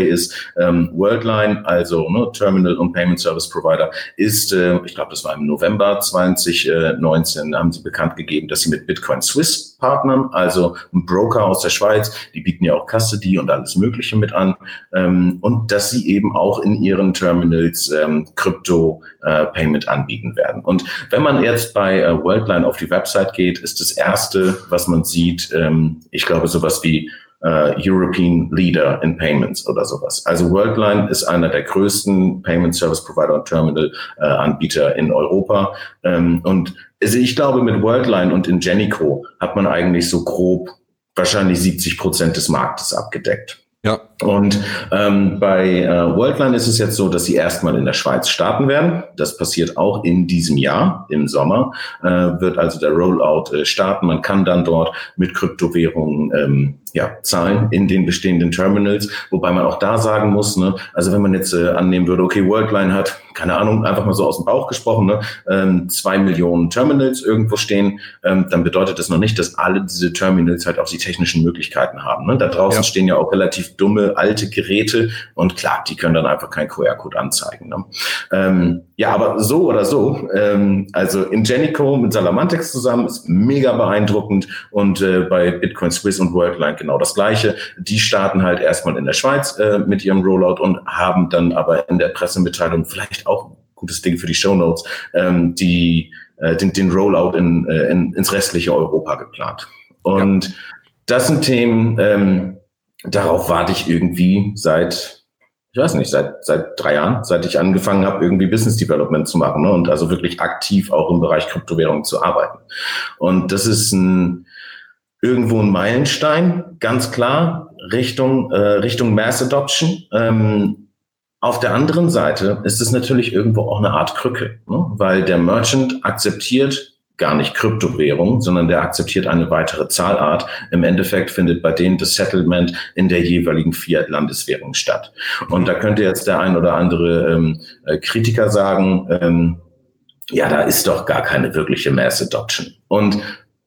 Ähm, Worldline, also ne, Terminal und Payment Service Provider, ist, äh, ich glaube, das war im November zwanzig neunzehn, haben sie bekannt gegeben, dass sie mit Bitcoin Swiss partnern, also ein Broker aus der Schweiz, die bieten ja auch Custody und alles Mögliche mit an, ähm, und dass sie eben auch in ihren Terminals ähm, Krypto-Payment äh, anbieten werden. Und wenn man jetzt bei äh, Worldline auf die Website geht, ist das Erste, was man sieht, ähm, ich glaube, sowas wie Uh, European Leader in Payments oder sowas. Also Worldline ist einer der größten Payment Service Provider und Terminal uh, Anbieter in Europa. Um, und also ich glaube, mit Worldline und Ingenico hat man eigentlich so grob wahrscheinlich siebzig Prozent des Marktes abgedeckt. Ja. Und ähm, bei äh, Worldline ist es jetzt so, dass sie erstmal in der Schweiz starten werden. Das passiert auch in diesem Jahr, im Sommer, äh, wird also der Rollout äh, starten. Man kann dann dort mit Kryptowährungen ähm, ja, zahlen in den bestehenden Terminals, wobei man auch da sagen muss, ne, also wenn man jetzt äh, annehmen würde, okay, Worldline hat, keine Ahnung, einfach mal so aus dem Bauch gesprochen, ne, ähm, zwei Millionen Terminals irgendwo stehen, ähm, dann bedeutet das noch nicht, dass alle diese Terminals halt auch die technischen Möglichkeiten haben. Ne? Da draußen ja. stehen ja auch relativ dumme, alte Geräte und klar, die können dann einfach keinen Q R-Code anzeigen. Ne? Ähm, ja, aber so oder so, ähm, also Ingenico mit Salamantex zusammen ist mega beeindruckend und äh, bei Bitcoin Swiss und Worldline genau das Gleiche. Die starten halt erstmal in der Schweiz äh, mit ihrem Rollout und haben dann aber in der Pressemitteilung vielleicht auch ein gutes Ding für die Shownotes, ähm, die äh, den, den Rollout in, äh, in, ins restliche Europa geplant. Und ja. das sind Themen, ähm, darauf warte ich irgendwie seit, ich weiß nicht, seit seit drei Jahren, seit ich angefangen habe, irgendwie Business Development zu machen, ne, und also wirklich aktiv auch im Bereich Kryptowährung zu arbeiten. Und das ist ein irgendwo ein Meilenstein, ganz klar, Richtung äh, Richtung Mass Adoption. Ähm, auf der anderen Seite ist es natürlich irgendwo auch eine Art Krücke, ne, weil der Merchant akzeptiert gar nicht Kryptowährung, sondern der akzeptiert eine weitere Zahlart. Im Endeffekt findet bei denen das Settlement in der jeweiligen Fiat-Landeswährung statt. Und da könnte jetzt der ein oder andere ähm, Kritiker sagen, ähm, ja, da ist doch gar keine wirkliche Mass Adoption. Und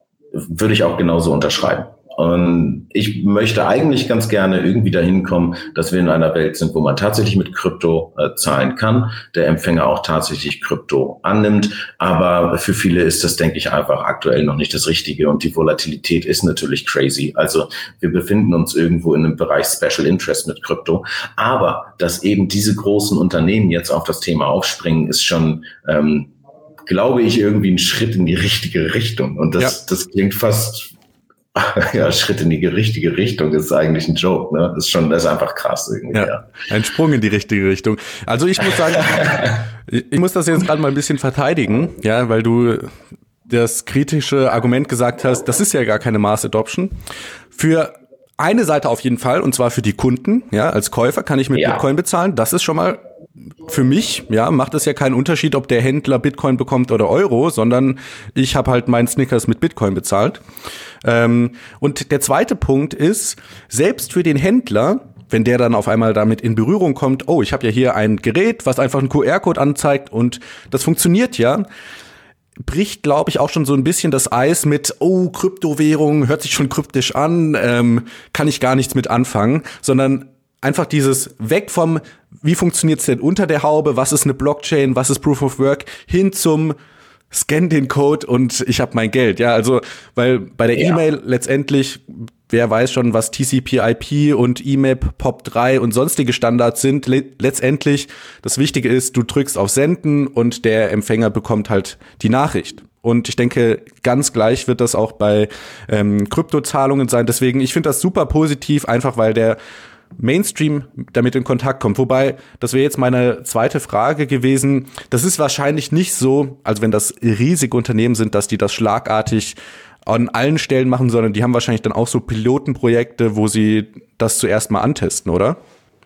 würde ich auch genauso unterschreiben. Und ich möchte eigentlich ganz gerne irgendwie dahin kommen, dass wir in einer Welt sind, wo man tatsächlich mit Krypto äh, zahlen kann, der Empfänger auch tatsächlich Krypto annimmt. Aber für viele ist das, denke ich, einfach aktuell noch nicht das Richtige. Und die Volatilität ist natürlich crazy. Also wir befinden uns irgendwo in einem Bereich Special Interest mit Krypto. Aber dass eben diese großen Unternehmen jetzt auf das Thema aufspringen, ist schon, ähm, glaube ich, irgendwie ein Schritt in die richtige Richtung. Und das, ja. das klingt fast... Ja, Schritt in die richtige Richtung ist eigentlich ein Joke, ne? Das ist schon, das ist einfach krass irgendwie. Ja, ja. Ein Sprung in die richtige Richtung. Also ich muss sagen, ich muss das jetzt gerade mal ein bisschen verteidigen, ja, weil du das kritische Argument gesagt hast, das ist ja gar keine Mass Adoption. Für eine Seite auf jeden Fall, und zwar für die Kunden, ja, als Käufer kann ich mit ja. Bitcoin bezahlen, das ist schon mal für mich, ja, macht es ja keinen Unterschied, ob der Händler Bitcoin bekommt oder Euro, sondern ich habe halt meinen Snickers mit Bitcoin bezahlt. Ähm, und der zweite Punkt ist, selbst für den Händler, wenn der dann auf einmal damit in Berührung kommt, oh, ich habe ja hier ein Gerät, was einfach einen Q R-Code anzeigt und das funktioniert ja, bricht, glaube ich, auch schon so ein bisschen das Eis mit, oh, Kryptowährung, hört sich schon kryptisch an, ähm, kann ich gar nichts mit anfangen, sondern einfach dieses weg vom, wie funktioniert's denn unter der Haube, was ist eine Blockchain, was ist Proof of Work, hin zum scan den Code und ich habe mein Geld. Ja, also, weil bei der ja. E-Mail letztendlich, wer weiß schon, was T C P I P und E M A P, P O P drei und sonstige Standards sind. Le- letztendlich, das Wichtige ist, du drückst auf Senden und der Empfänger bekommt halt die Nachricht. Und ich denke, ganz gleich wird das auch bei ähm, Kryptozahlungen sein. Deswegen, ich finde das super positiv, einfach weil der Mainstream damit in Kontakt kommt. Wobei, das wäre jetzt meine zweite Frage gewesen. Das ist wahrscheinlich nicht so, also wenn das riesige Unternehmen sind, dass die das schlagartig an allen Stellen machen, sondern die haben wahrscheinlich dann auch so Pilotenprojekte, wo sie das zuerst mal antesten, oder?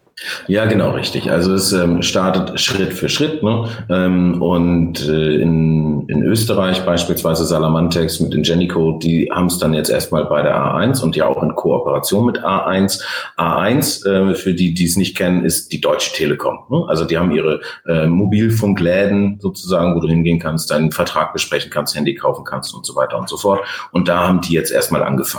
Ja, genau, richtig. Also es ähm, startet Schritt für Schritt, ne? Ähm, und äh, in, in Österreich beispielsweise Salamantex mit Ingenico, die haben es dann jetzt erstmal bei der A eins und ja auch in Kooperation mit A eins. A eins, äh, für die, die es nicht kennen, ist die Deutsche Telekom. Ne? Also die haben ihre äh, Mobilfunkläden sozusagen, wo du hingehen kannst, deinen Vertrag besprechen kannst, Handy kaufen kannst und so weiter und so fort. Und da haben die jetzt erstmal angefangen.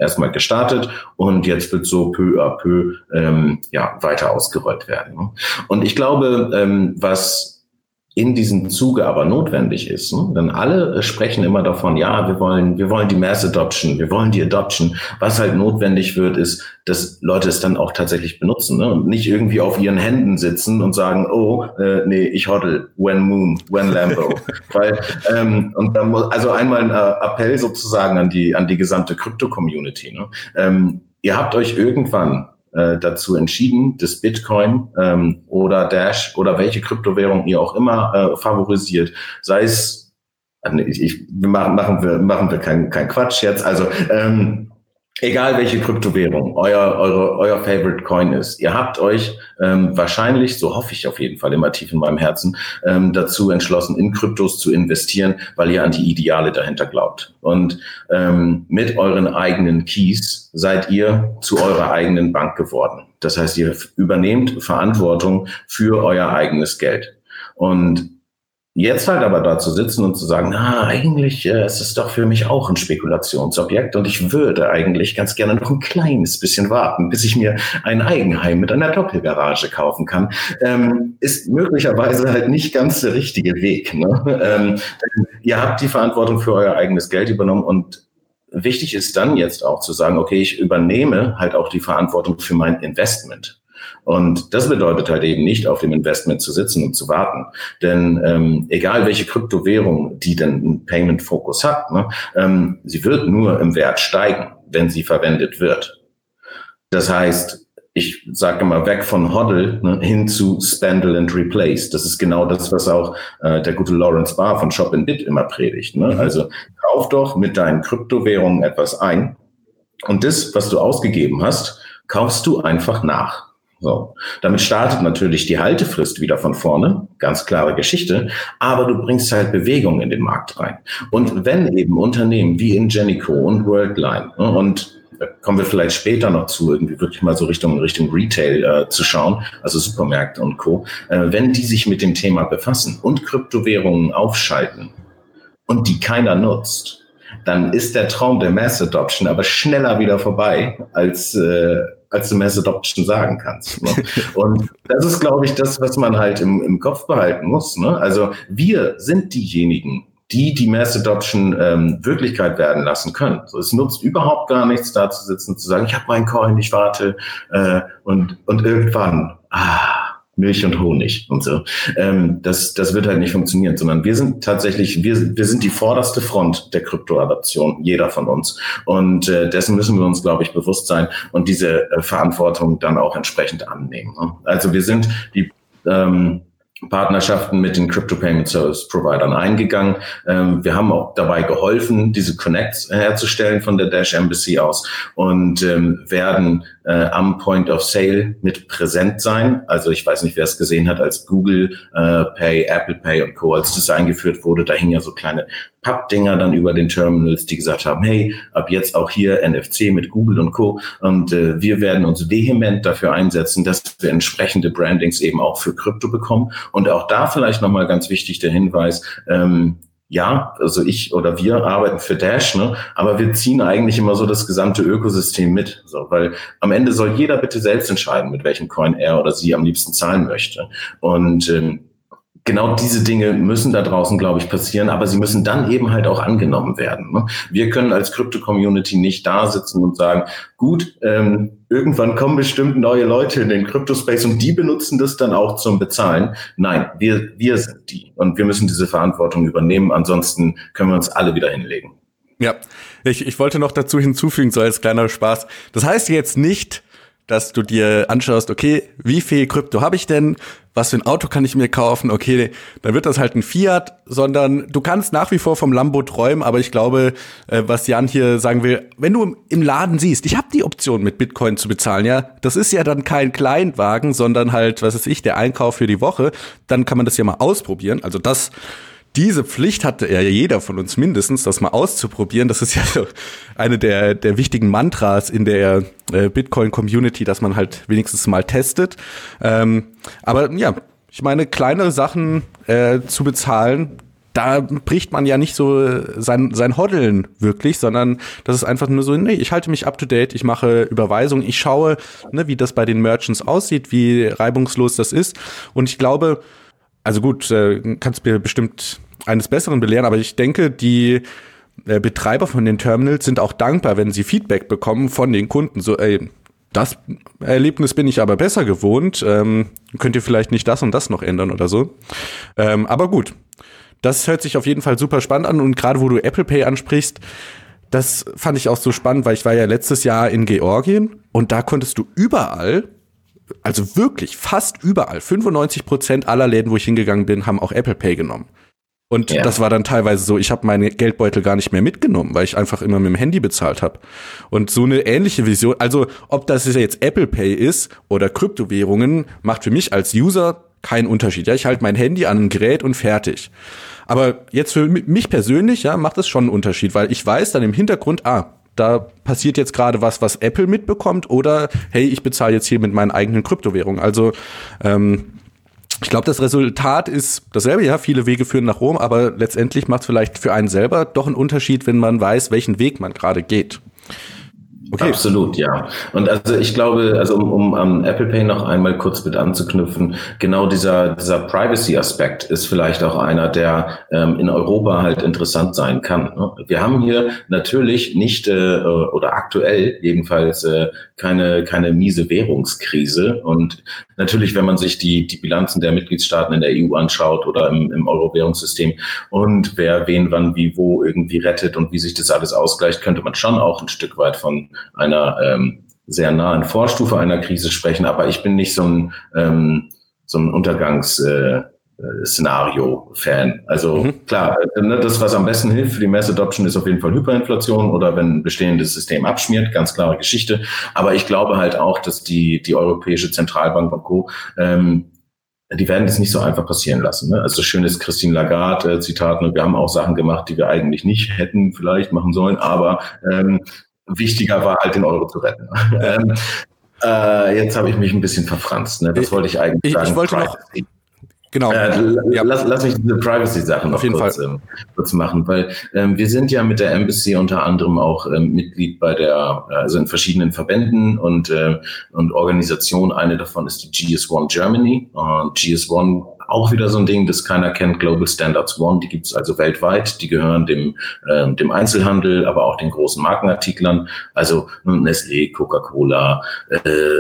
erstmal gestartet und jetzt wird so peu à peu ähm, ja, weiter ausgerollt werden. Und ich glaube, ähm, was in diesem Zuge aber notwendig ist, ne? Denn alle sprechen immer davon, ja, wir wollen, wir wollen die Mass Adoption, wir wollen die Adoption. Was halt notwendig wird, ist, dass Leute es dann auch tatsächlich benutzen, ne? Und nicht irgendwie auf ihren Händen sitzen und sagen, oh, äh, nee, ich hoddle, when Moon, when Lambo. Weil, ähm, und dann muss, also einmal ein äh, Appell sozusagen an die, an die gesamte Krypto-Community, ne? Ähm, ihr habt euch irgendwann dazu entschieden, dass Bitcoin ähm, oder Dash oder welche Kryptowährung ihr auch immer äh, favorisiert, sei es, ich, ich wir machen, machen wir machen wir kein kein Quatsch jetzt, also ähm, egal welche Kryptowährung euer eure euer Favorite Coin ist, ihr habt euch ähm, wahrscheinlich, so hoffe ich auf jeden Fall immer tief in meinem Herzen, ähm, dazu entschlossen, in Kryptos zu investieren, weil ihr an die Ideale dahinter glaubt. Und ähm, mit euren eigenen Keys seid ihr zu eurer eigenen Bank geworden. Das heißt, ihr übernehmt Verantwortung für euer eigenes Geld. Und jetzt halt aber da zu sitzen und zu sagen, na, eigentlich äh, ist es doch für mich auch ein Spekulationsobjekt und ich würde eigentlich ganz gerne noch ein kleines bisschen warten, bis ich mir ein Eigenheim mit einer Doppelgarage kaufen kann, ähm, ist möglicherweise halt nicht ganz der richtige Weg. Ne? Ähm, ihr habt die Verantwortung für euer eigenes Geld übernommen und wichtig ist dann jetzt auch zu sagen, okay, ich übernehme halt auch die Verantwortung für mein Investment. Und das bedeutet halt eben nicht, auf dem Investment zu sitzen und zu warten. Denn ähm, egal welche Kryptowährung, die denn einen Payment-Fokus hat, ne, ähm, sie wird nur im Wert steigen, wenn sie verwendet wird. Das heißt, ich sage mal weg von Hodl, ne, hin zu Spendle and Replace. Das ist genau das, was auch äh, der gute Lawrence Barr von Shop and Bit immer predigt. Ne? Also kauf doch mit deinen Kryptowährungen etwas ein und das, was du ausgegeben hast, kaufst du einfach nach. So, damit startet natürlich die Haltefrist wieder von vorne, ganz klare Geschichte, aber du bringst halt Bewegung in den Markt rein. Und wenn eben Unternehmen wie Ingenico und Worldline, und da kommen wir vielleicht später noch zu, irgendwie wirklich mal so Richtung Richtung Retail äh, zu schauen, also Supermärkte und Co., äh, wenn die sich mit dem Thema befassen und Kryptowährungen aufschalten und die keiner nutzt, dann ist der Traum der Mass Adoption aber schneller wieder vorbei, als äh, als du Mass Adoption sagen kannst. Ne? Und das ist, glaube ich, das, was man halt im, im Kopf behalten muss. Ne? Also wir sind diejenigen, die die Mass Adoption ähm, Wirklichkeit werden lassen können. So, es nutzt überhaupt gar nichts, da zu sitzen und zu sagen, ich habe meinen Coin, ich warte äh, und und irgendwann, ah, Milch und Honig und so. Ähm, das, das wird halt nicht funktionieren, sondern wir sind tatsächlich, wir, wir sind die vorderste Front der Kryptoadoption, jeder von uns. Und äh, dessen müssen wir uns, glaube ich, bewusst sein und diese äh, Verantwortung dann auch entsprechend annehmen. Ne? Also wir sind die ähm, Partnerschaften mit den Crypto Payment Service Providern eingegangen. Ähm, wir haben auch dabei geholfen, diese Connects herzustellen von der Dash Embassy aus und ähm, werden äh, am Point of Sale mit präsent sein. Also ich weiß nicht, wer es gesehen hat, als Google äh, Pay, Apple Pay und Co., als das eingeführt wurde, da hingen ja so kleine Pappdinger dann über den Terminals, die gesagt haben, hey, ab jetzt auch hier N F C mit Google und Co. Und äh, wir werden uns vehement dafür einsetzen, dass wir entsprechende Brandings eben auch für Krypto bekommen. Und auch da vielleicht nochmal ganz wichtig der Hinweis, ähm, ja, also ich oder wir arbeiten für Dash, ne, aber wir ziehen eigentlich immer so das gesamte Ökosystem mit, so, weil am Ende soll jeder bitte selbst entscheiden, mit welchem Coin er oder sie am liebsten zahlen möchte. Und ähm, genau diese Dinge müssen da draußen, glaube ich, passieren, aber sie müssen dann eben halt auch angenommen werden. Ne? Wir können als Krypto-Community nicht da sitzen und sagen, gut, ähm, irgendwann kommen bestimmt neue Leute in den Kryptospace und die benutzen das dann auch zum Bezahlen. Nein, wir, wir sind die und wir müssen diese Verantwortung übernehmen, ansonsten können wir uns alle wieder hinlegen. Ja, ich, ich wollte noch dazu hinzufügen, so als kleiner Spaß. Das heißt jetzt nicht, dass du dir anschaust, okay, wie viel Krypto habe ich denn? Was für ein Auto kann ich mir kaufen? Okay, dann wird das halt ein Fiat, sondern du kannst nach wie vor vom Lambo träumen, aber ich glaube, äh, was Jan hier sagen will, wenn du im Laden siehst, ich habe die Option mit Bitcoin zu bezahlen, ja, das ist ja dann kein Kleinwagen, sondern halt, was weiß ich, der Einkauf für die Woche, dann kann man das ja mal ausprobieren. Also das Diese Pflicht hatte ja jeder von uns mindestens, das mal auszuprobieren. Das ist ja so eine der der wichtigen Mantras in der äh, Bitcoin-Community, dass man halt wenigstens mal testet. Ähm, aber ja, ich meine, kleinere Sachen äh, zu bezahlen, da bricht man ja nicht so sein, sein Hoddeln wirklich, sondern das ist einfach nur so, nee, ich halte mich up to date, ich mache Überweisungen, ich schaue, ne, wie das bei den Merchants aussieht, wie reibungslos das ist. Und ich glaube, also gut, äh, kannst mir bestimmt eines Besseren belehren, aber ich denke, die äh, Betreiber von den Terminals sind auch dankbar, wenn sie Feedback bekommen von den Kunden. So, ey, das Erlebnis bin ich aber besser gewohnt, ähm, könnt ihr vielleicht nicht das und das noch ändern oder so. Ähm, aber gut. Das hört sich auf jeden Fall super spannend an und gerade wo du Apple Pay ansprichst, das fand ich auch so spannend, weil ich war ja letztes Jahr in Georgien und da konntest du überall, also wirklich fast überall, fünfundneunzig Prozent aller Läden, wo ich hingegangen bin, haben auch Apple Pay genommen. Und ja. das war dann teilweise so, ich habe meine Geldbeutel gar nicht mehr mitgenommen, weil ich einfach immer mit dem Handy bezahlt habe. Und so eine ähnliche Vision, also ob das jetzt Apple Pay ist oder Kryptowährungen, macht für mich als User keinen Unterschied. Ja, ich halte mein Handy an ein Gerät und fertig. Aber jetzt für mich persönlich, ja, macht es schon einen Unterschied, weil ich weiß dann im Hintergrund, ah, da passiert jetzt gerade was, was Apple mitbekommt oder hey, ich bezahle jetzt hier mit meinen eigenen Kryptowährungen. Also ähm, ich glaube, das Resultat ist dasselbe, ja, viele Wege führen nach Rom, aber letztendlich macht es vielleicht für einen selber doch einen Unterschied, wenn man weiß, welchen Weg man gerade geht. Okay. Absolut, ja. Und also ich glaube, also um, um am Apple Pay noch einmal kurz mit anzuknüpfen, genau dieser dieser Privacy-Aspekt ist vielleicht auch einer, der ähm, in Europa halt interessant sein kann. Ne? Wir haben hier natürlich nicht äh, oder aktuell jedenfalls äh, keine keine miese Währungskrise. Und natürlich, wenn man sich die die Bilanzen der Mitgliedstaaten in der E U anschaut oder im, im Euro-Währungssystem und wer wen wann wie wo irgendwie rettet und wie sich das alles ausgleicht, könnte man schon auch ein Stück weit von einer ähm, sehr nahen Vorstufe einer Krise sprechen, aber ich bin nicht so ein ähm, so ein Untergangs-Szenario-Fan. Äh, also mhm. klar, ne, das, was am besten hilft für die Mass Adoption, ist auf jeden Fall Hyperinflation oder wenn ein bestehendes System abschmiert, ganz klare Geschichte. Aber ich glaube halt auch, dass die die Europäische Zentralbank und Co. Ähm, die werden das nicht so einfach passieren lassen. Ne? Also schön ist Christine Lagarde, äh, Zitat, ne, wir haben auch Sachen gemacht, die wir eigentlich nicht hätten vielleicht machen sollen, aber ähm, wichtiger war halt, den Euro zu retten. ähm, äh, jetzt habe ich mich ein bisschen verfranst. Ne? Das wollte ich eigentlich ich, sagen. Ich wollte noch, genau. Äh, ja. lass, lass mich diese Privacy-Sachen noch kurz, ähm, kurz machen, weil ähm, wir sind ja mit der Embassy unter anderem auch ähm, Mitglied bei der, also in verschiedenen Verbänden und äh, und Organisationen. Eine davon ist die G S eins Germany. Und G S eins auch wieder so ein Ding, das keiner kennt, Global Standards One, die gibt es also weltweit, die gehören dem äh, dem Einzelhandel, aber auch den großen Markenartiklern, also Nestlé, Coca-Cola, äh,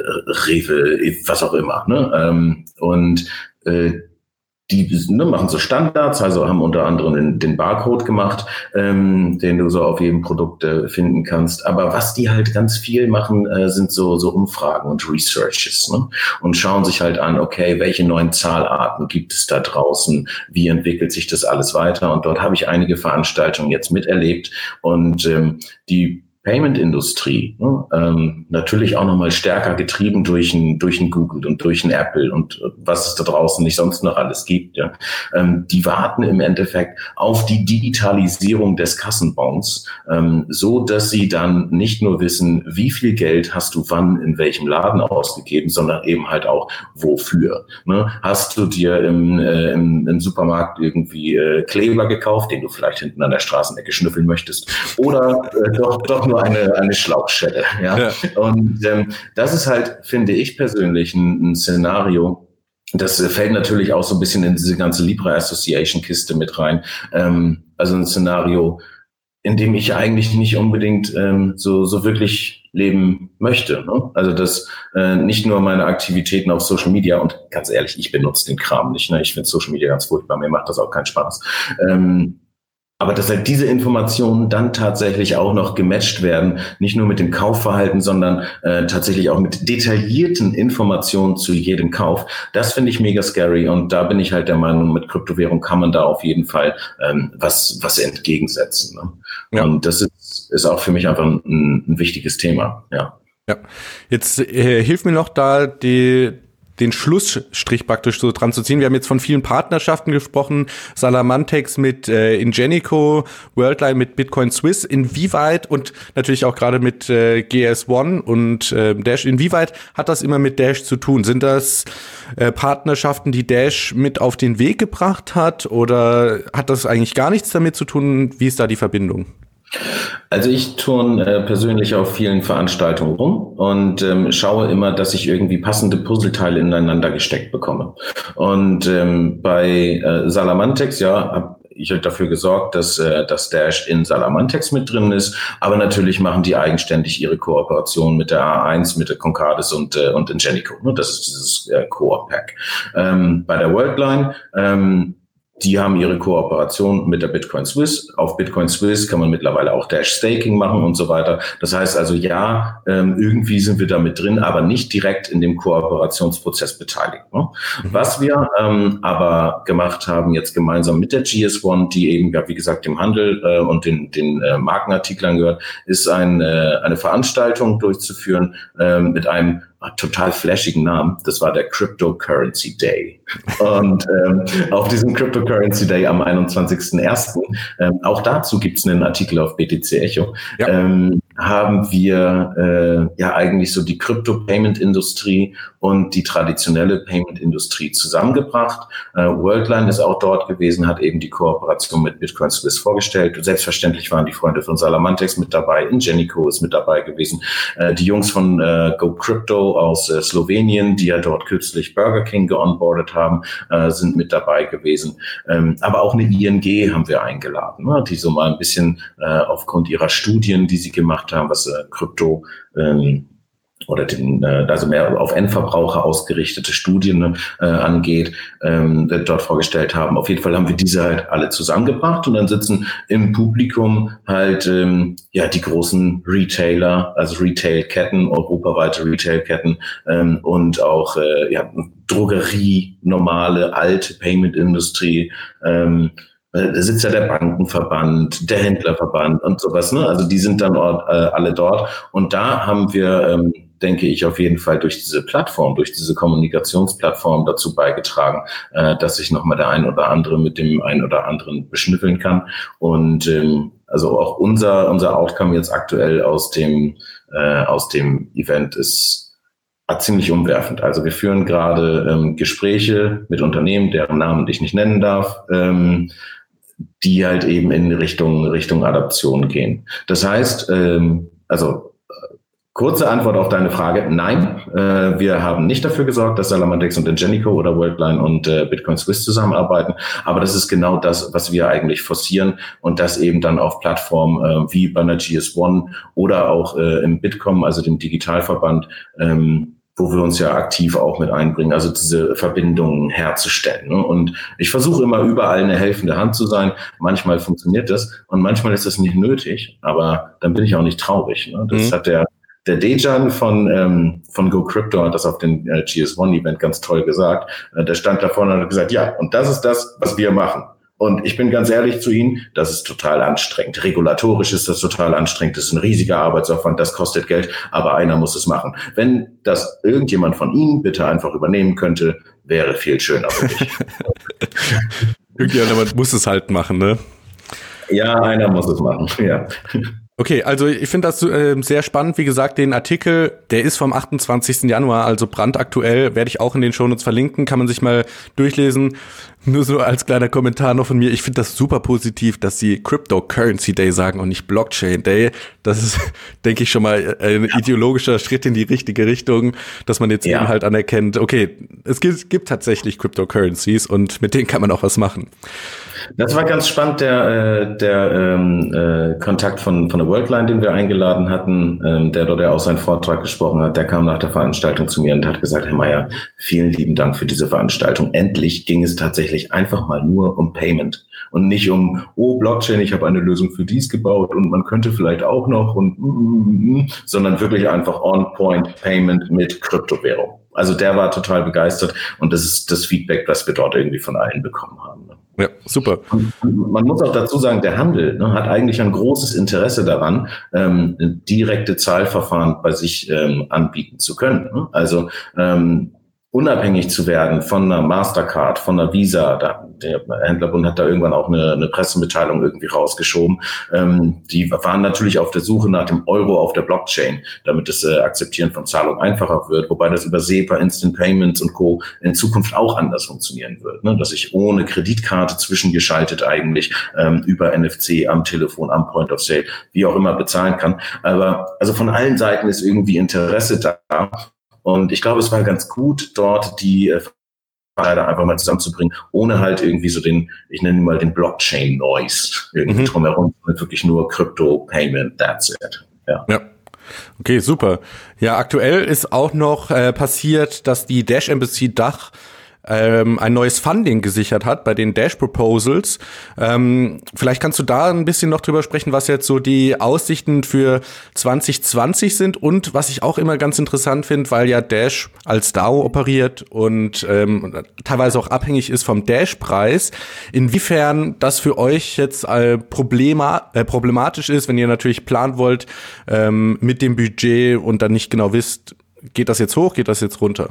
Rewe, was auch immer. Ne? Ähm, und äh, die ne, machen so Standards, also haben unter anderem den, den Barcode gemacht, ähm, den du so auf jedem Produkt äh, finden kannst. Aber was die halt ganz viel machen, äh, sind so so Umfragen und Researches, ne? Und schauen sich halt an, okay, welche neuen Zahlarten gibt es da draußen? Wie entwickelt sich das alles weiter? Und dort habe ich einige Veranstaltungen jetzt miterlebt und ähm, die Payment-Industrie, ne, ähm, natürlich auch nochmal stärker getrieben durch ein, durch ein Google und durch ein Apple und was es da draußen nicht sonst noch alles gibt. Ja. Ähm, die warten im Endeffekt auf die Digitalisierung des Kassenbons, ähm, so dass sie dann nicht nur wissen, wie viel Geld hast du wann in welchem Laden ausgegeben, sondern eben halt auch wofür. Ne? Hast du dir im, äh, im, im Supermarkt irgendwie äh, Kleber gekauft, den du vielleicht hinten an der Straßenecke schnüffeln möchtest, oder äh, doch, doch nur eine, eine Schlauchschelle. Ja? Ja. Und ähm, das ist halt, finde ich persönlich, ein, ein Szenario, das fällt natürlich auch so ein bisschen in diese ganze Libra Association Kiste mit rein. Ähm, also ein Szenario, in dem ich eigentlich nicht unbedingt ähm, so so wirklich leben möchte. Ne? Also dass äh, nicht nur meine Aktivitäten auf Social Media, und ganz ehrlich, ich benutze den Kram nicht. Ne? Ich finde Social Media ganz furchtbar, mir macht das auch keinen Spaß. Ähm, Aber dass halt diese Informationen dann tatsächlich auch noch gematcht werden, nicht nur mit dem Kaufverhalten, sondern äh, tatsächlich auch mit detaillierten Informationen zu jedem Kauf, das finde ich mega scary. Und da bin ich halt der Meinung, mit Kryptowährung kann man da auf jeden Fall ähm, was was entgegensetzen. Ne? Ja. Und das ist, ist auch für mich einfach ein, ein wichtiges Thema. Ja. Ja. Jetzt äh, hilf mir noch da die den Schlussstrich praktisch so dran zu ziehen. Wir haben jetzt von vielen Partnerschaften gesprochen, Salamantex mit äh, Ingenico, Worldline mit Bitcoin Swiss. Inwieweit und natürlich auch gerade mit äh, G S eins und äh, Dash, inwieweit hat das immer mit Dash zu tun? Sind das äh, Partnerschaften, die Dash mit auf den Weg gebracht hat, oder hat das eigentlich gar nichts damit zu tun? Wie ist da die Verbindung? Also ich turne äh, persönlich auf vielen Veranstaltungen rum und ähm, schaue immer, dass ich irgendwie passende Puzzleteile ineinander gesteckt bekomme. Und ähm, bei äh, Salamantex, ja, habe ich halt dafür gesorgt, dass äh, das Dash in Salamantex mit drin ist. Aber natürlich machen die eigenständig ihre Kooperation mit der A eins, mit der Concardis und äh, und Ingenico. Ne? Das ist dieses äh, Coop-Pack. Ähm, bei der Worldline, ähm, die haben ihre Kooperation mit der Bitcoin Swiss. Auf Bitcoin Swiss kann man mittlerweile auch Dash Staking machen und so weiter. Das heißt also, ja, irgendwie sind wir da mit drin, aber nicht direkt in dem Kooperationsprozess beteiligt. Ne? Mhm. Was wir ähm, aber gemacht haben, jetzt gemeinsam mit der G S eins, die eben, ja, wie gesagt, dem Handel äh, und den, den äh, Markenartiklern gehört, ist ein, äh, eine Veranstaltung durchzuführen äh, mit einem total flashigen Namen. Das war der Cryptocurrency Day. Und ähm, auf diesem Cryptocurrency Day am einundzwanzigsten ersten Ähm, auch dazu gibt es einen Artikel auf B T C Echo, ja. ähm, haben wir äh, ja eigentlich so die Crypto-Payment-Industrie und die traditionelle Payment-Industrie zusammengebracht. Äh, Worldline ist auch dort gewesen, hat eben die Kooperation mit Bitcoin Swiss vorgestellt. Selbstverständlich waren die Freunde von Salamantex mit dabei, Ingenico ist mit dabei gewesen. Äh, die Jungs von äh, GoCrypto aus äh, Slowenien, die ja dort kürzlich Burger King geonboardet haben, äh, sind mit dabei gewesen. Ähm, aber auch eine I N G haben wir eingeladen, ne, die so mal ein bisschen äh, aufgrund ihrer Studien, die sie gemacht haben, was äh, Krypto ähm, oder den, äh, also mehr auf Endverbraucher ausgerichtete Studien äh, angeht, ähm, dort vorgestellt haben. Auf jeden Fall haben wir diese halt alle zusammengebracht und dann sitzen im Publikum halt ähm, ja die großen Retailer, also Retailketten, europaweite Retailketten ähm, und auch äh, ja Drogerie, normale alte Payment-Industrie. Ähm, Da sitzt ja der Bankenverband, der Händlerverband und sowas, ne? Also die sind dann äh, alle dort. Und da haben wir, ähm, denke ich, auf jeden Fall durch diese Plattform, durch diese Kommunikationsplattform dazu beigetragen, äh, dass sich nochmal der ein oder andere mit dem ein oder anderen beschnüffeln kann. Und ähm, also auch unser unser Outcome jetzt aktuell aus dem äh, aus dem Event ist ziemlich umwerfend. Also wir führen gerade ähm, Gespräche mit Unternehmen, deren Namen ich nicht nennen darf, ähm, die halt eben in Richtung Richtung Adaption gehen. Das heißt, ähm, also äh, kurze Antwort auf deine Frage, nein, äh, wir haben nicht dafür gesorgt, dass Salamantex und Ingenico oder Worldline und äh, Bitcoin Swiss zusammenarbeiten, aber das ist genau das, was wir eigentlich forcieren und das eben dann auf Plattformen äh, wie bei einer G S eins oder auch äh, im Bitkom, also dem Digitalverband, ähm, wo wir uns ja aktiv auch mit einbringen, also diese Verbindungen herzustellen. Ne? Und ich versuche immer überall eine helfende Hand zu sein. Manchmal funktioniert das und manchmal ist das nicht nötig, aber dann bin ich auch nicht traurig. Ne? Das mhm. hat der der Dejan von ähm, von GoCrypto hat das auf dem äh, G S eins Event ganz toll gesagt. Äh, der stand da vorne und hat gesagt, ja, und das ist das, was wir machen. Und ich bin ganz ehrlich zu Ihnen, das ist total anstrengend. Regulatorisch ist das total anstrengend. Das ist ein riesiger Arbeitsaufwand, das kostet Geld, aber einer muss es machen. Wenn das irgendjemand von Ihnen bitte einfach übernehmen könnte, wäre viel schöner für mich. Irgendjemand muss es halt machen, ne? Ja, einer muss es machen, ja. Okay, also ich finde das äh, sehr spannend. Wie gesagt, den Artikel, der ist vom achtundzwanzigsten Januar, also brandaktuell, werde ich auch in den Shownotes verlinken, kann man sich mal durchlesen. Nur so als kleiner Kommentar noch von mir, ich finde das super positiv, dass sie Cryptocurrency Day sagen und nicht Blockchain Day. Das ist, denke ich, schon mal ein ideologischer Schritt in die richtige Richtung, dass man jetzt ja. eben halt anerkennt, okay, es gibt, gibt tatsächlich Cryptocurrencies und mit denen kann man auch was machen. Das war ganz spannend, der, der ähm, äh, Kontakt von, von der Worldline, den wir eingeladen hatten, ähm, der dort ja auch seinen Vortrag gesprochen hat, der kam nach der Veranstaltung zu mir und hat gesagt, Herr Meier, vielen lieben Dank für diese Veranstaltung. Endlich ging es tatsächlich einfach mal nur um Payment und nicht um, oh, Blockchain, ich habe eine Lösung für dies gebaut und man könnte vielleicht auch noch und, mm, mm, mm, sondern wirklich einfach on-point Payment mit Kryptowährung. Also der war total begeistert und das ist das Feedback, was wir dort irgendwie von allen bekommen haben. Ja, super. Und man muss auch dazu sagen, der Handel ne, hat eigentlich ein großes Interesse daran, ähm, direkte Zahlverfahren bei sich ähm, anbieten zu können. Ne? Also ähm, unabhängig zu werden von einer Mastercard, von einer Visa. Da, der Händlerbund hat da irgendwann auch eine, eine Pressemitteilung irgendwie rausgeschoben. Ähm, die waren natürlich auf der Suche nach dem Euro auf der Blockchain, damit das äh, Akzeptieren von Zahlungen einfacher wird, wobei das über SEPA, Instant Payments und Co. in Zukunft auch anders funktionieren wird, ne? Dass ich ohne Kreditkarte zwischengeschaltet eigentlich ähm, über N F C am Telefon, am Point of Sale, wie auch immer bezahlen kann. Aber also von allen Seiten ist irgendwie Interesse da. Und ich glaube, es war ganz gut, dort die äh, leider einfach mal zusammenzubringen, ohne halt irgendwie so den, ich nenne ihn mal den Blockchain-Noise irgendwie mhm. drumherum, mit wirklich nur Crypto-Payment, that's it. Ja. ja. Okay, super. Ja, aktuell ist auch noch äh, passiert, dass die Dash Embassy Dach ähm, ein neues Funding gesichert hat bei den Dash Proposals. Ähm, vielleicht kannst du da ein bisschen noch drüber sprechen, was jetzt so die Aussichten für zwanzig zwanzig sind und was ich auch immer ganz interessant finde, weil ja Dash als DAO operiert und ähm, teilweise auch abhängig ist vom Dash-Preis, inwiefern das für euch jetzt äh, problema- äh, problematisch ist, wenn ihr natürlich planen wollt ähm, mit dem Budget und dann nicht genau wisst, geht das jetzt hoch, geht das jetzt runter?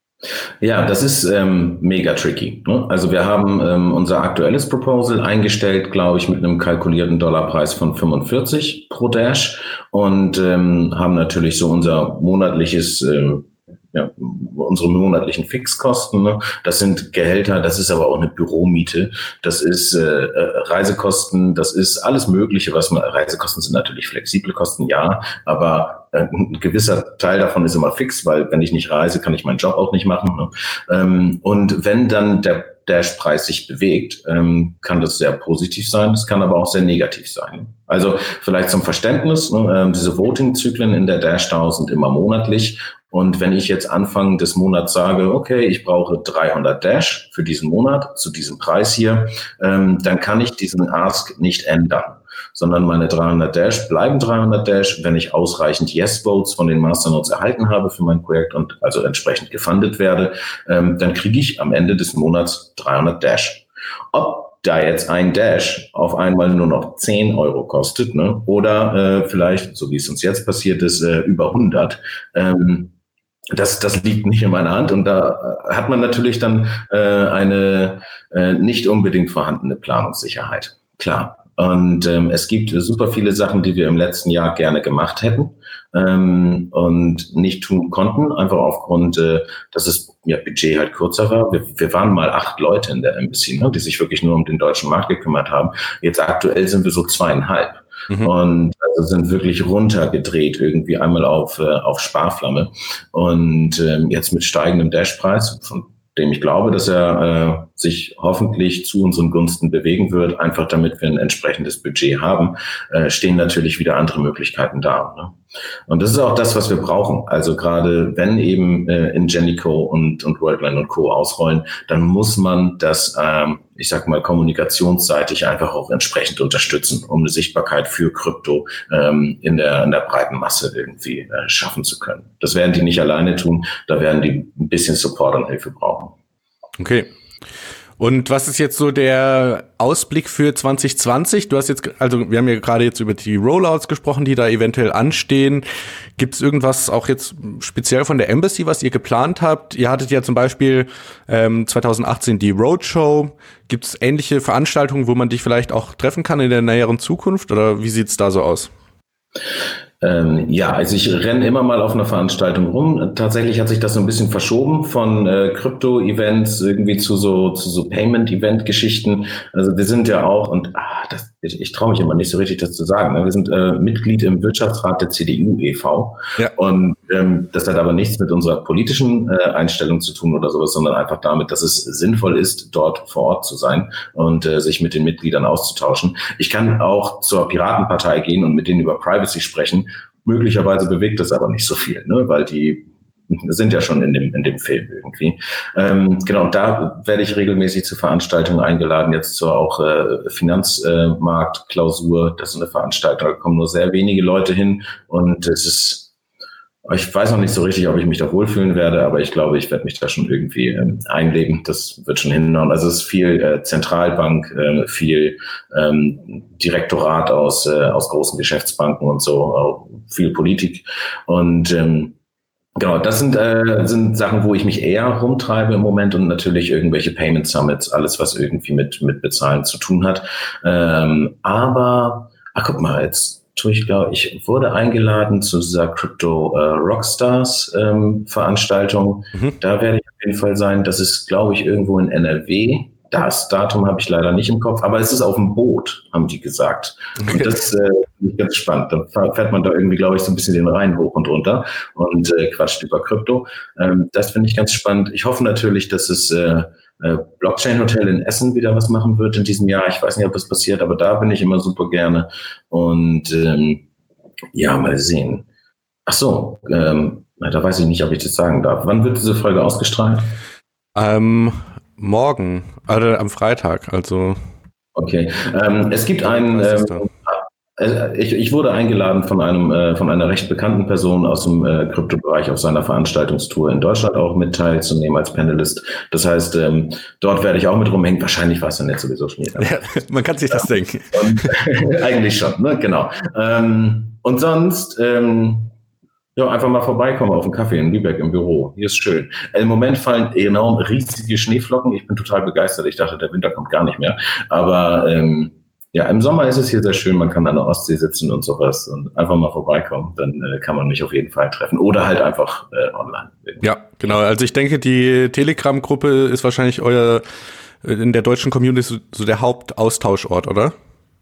Ja, das ist ähm, mega tricky. Ne? Also wir haben ähm, unser aktuelles Proposal eingestellt, glaube ich, mit einem kalkulierten Dollarpreis von fünfundvierzig pro Dash und ähm, haben natürlich so unser monatliches äh, ja, unsere monatlichen Fixkosten, ne? Das sind Gehälter, das ist aber auch eine Büromiete, das ist äh, Reisekosten, das ist alles Mögliche, was man, Reisekosten sind natürlich flexible Kosten, ja, aber äh, ein gewisser Teil davon ist immer fix, weil wenn ich nicht reise, kann ich meinen Job auch nicht machen. Ne? Ähm, und wenn dann der Dash-Preis sich bewegt, ähm, kann das sehr positiv sein, es kann aber auch sehr negativ sein. Also vielleicht zum Verständnis, ne, äh, diese Voting-Zyklen in der Dash-DAO sind immer monatlich. Und wenn ich jetzt Anfang des Monats sage, okay, ich brauche dreihundert Dash für diesen Monat zu diesem Preis hier, ähm, dann kann ich diesen Ask nicht ändern, sondern meine dreihundert Dash bleiben dreihundert Dash, wenn ich ausreichend Yes-Votes von den Masternodes erhalten habe für mein Projekt und also entsprechend gefundet werde, ähm, dann kriege ich am Ende des Monats dreihundert Dash. Ob da jetzt ein Dash auf einmal nur noch zehn Euro kostet, ne, oder äh, vielleicht, so wie es uns jetzt passiert ist, äh, über hundert, ähm, Das, das liegt nicht in meiner Hand und da hat man natürlich dann äh, eine äh, nicht unbedingt vorhandene Planungssicherheit. Klar. Und ähm, es gibt super viele Sachen, die wir im letzten Jahr gerne gemacht hätten ähm, und nicht tun konnten, einfach aufgrund, äh, dass das ja, Budget halt kürzer war. Wir, wir waren mal acht Leute in der Embassy, ne, die sich wirklich nur um den deutschen Markt gekümmert haben. Jetzt aktuell sind wir so zweieinhalb. Mhm. Und also sind wirklich runtergedreht irgendwie einmal auf, äh, auf Sparflamme. Und ähm, jetzt mit steigendem Dash-Preis, von dem ich glaube, dass er äh, sich hoffentlich zu unseren Gunsten bewegen wird, einfach damit wir ein entsprechendes Budget haben, äh, stehen natürlich wieder andere Möglichkeiten da. Ne? Und das ist auch das, was wir brauchen. Also gerade wenn eben äh, Ingenico und, und Worldline und Co. ausrollen, dann muss man das, ähm, ich sag mal, kommunikationsseitig einfach auch entsprechend unterstützen, um eine Sichtbarkeit für Krypto ähm, in der, in der breiten Masse irgendwie äh, schaffen zu können. Das werden die nicht alleine tun, da werden die ein bisschen Support und Hilfe brauchen. Okay. Und was ist jetzt so der Ausblick für zwanzig zwanzig? Du hast jetzt, also wir haben ja gerade jetzt über die Rollouts gesprochen, die da eventuell anstehen. Gibt es irgendwas auch jetzt speziell von der Embassy, was ihr geplant habt? Ihr hattet ja zum Beispiel ähm, zwanzig achtzehn die Roadshow. Gibt es ähnliche Veranstaltungen, wo man dich vielleicht auch treffen kann in der näheren Zukunft? Oder wie sieht's da so aus? Ähm, ja, also ich renne immer mal auf einer Veranstaltung rum. Tatsächlich hat sich das so ein bisschen verschoben von äh, Krypto-Events irgendwie zu so zu so Payment-Event-Geschichten. Also wir sind ja auch, und ah, das, ich, ich traue mich immer nicht so richtig, das zu sagen, ne? Wir sind äh, Mitglied im Wirtschaftsrat der C D U e V Ja. Und ähm, das hat aber nichts mit unserer politischen äh, Einstellung zu tun oder sowas, sondern einfach damit, dass es sinnvoll ist, dort vor Ort zu sein und äh, sich mit den Mitgliedern auszutauschen. Ich kann auch zur Piratenpartei gehen und mit denen über Privacy sprechen. Möglicherweise bewegt das aber nicht so viel, ne? Weil die sind ja schon in dem in dem Film irgendwie. Ähm, genau, und da werde ich regelmäßig zu Veranstaltungen eingeladen, jetzt zur auch äh, Finanzmarktklausur. Das ist eine Veranstaltung, da kommen nur sehr wenige Leute hin und es ist, ich weiß noch nicht so richtig, ob ich mich da wohlfühlen werde, aber ich glaube, ich werde mich da schon irgendwie ähm, einleben. Das wird schon hinhauen. Also es ist viel äh, Zentralbank, äh, viel ähm, Direktorat aus äh, aus großen Geschäftsbanken und so, auch viel Politik. Und ähm, Genau, das sind, äh, sind Sachen, wo ich mich eher rumtreibe im Moment und natürlich irgendwelche Payment Summits, alles, was irgendwie mit, mit Bezahlen zu tun hat. Ähm, aber, ach guck mal, jetzt tue ich, glaube ich, wurde eingeladen zu dieser Crypto äh, Rockstars ähm, Veranstaltung. Mhm. Da werde ich auf jeden Fall sein. Das ist, glaube ich, irgendwo in N R W. Das Datum habe ich leider nicht im Kopf, aber es ist auf dem Boot, haben die gesagt. Okay. Und das äh, finde ich ganz spannend. Da fährt man da irgendwie, glaube ich, so ein bisschen den Rhein hoch und runter und äh, quatscht über Krypto. Ähm, das finde ich ganz spannend. Ich hoffe natürlich, dass es äh, äh, Blockchain Hotel in Essen wieder was machen wird in diesem Jahr. Ich weiß nicht, ob das passiert, aber da bin ich immer super gerne. Und ähm, ja, mal sehen. Ach so, ähm, da weiß ich nicht, ob ich das sagen darf. Wann wird diese Folge ausgestrahlt? Ähm... Morgen, also am Freitag, also. Okay. Ähm, es gibt einen, ähm, äh, ich, ich wurde eingeladen von einem, äh, von einer recht bekannten Person aus dem äh, Kryptobereich auf seiner Veranstaltungstour in Deutschland auch mit teilzunehmen als Panelist. Das heißt, ähm, dort werde ich auch mit rumhängen. Wahrscheinlich war es dann nicht sowieso schon jeder. Ja, man kann sich das ja. denken. Und, eigentlich schon, ne? Genau. Ähm, und sonst, ähm, ja, einfach mal vorbeikommen auf einen Kaffee in Lübeck im Büro. Hier ist schön. Im Moment fallen enorm riesige Schneeflocken. Ich bin total begeistert. Ich dachte, der Winter kommt gar nicht mehr. Aber ähm, ja, im Sommer ist es hier sehr schön. Man kann an der Ostsee sitzen und sowas und einfach mal vorbeikommen. Dann äh, kann man mich auf jeden Fall treffen. Oder halt einfach äh, online. Ja, genau. Also ich denke, die Telegram-Gruppe ist wahrscheinlich euer in der deutschen Community so, so der Hauptaustauschort, oder?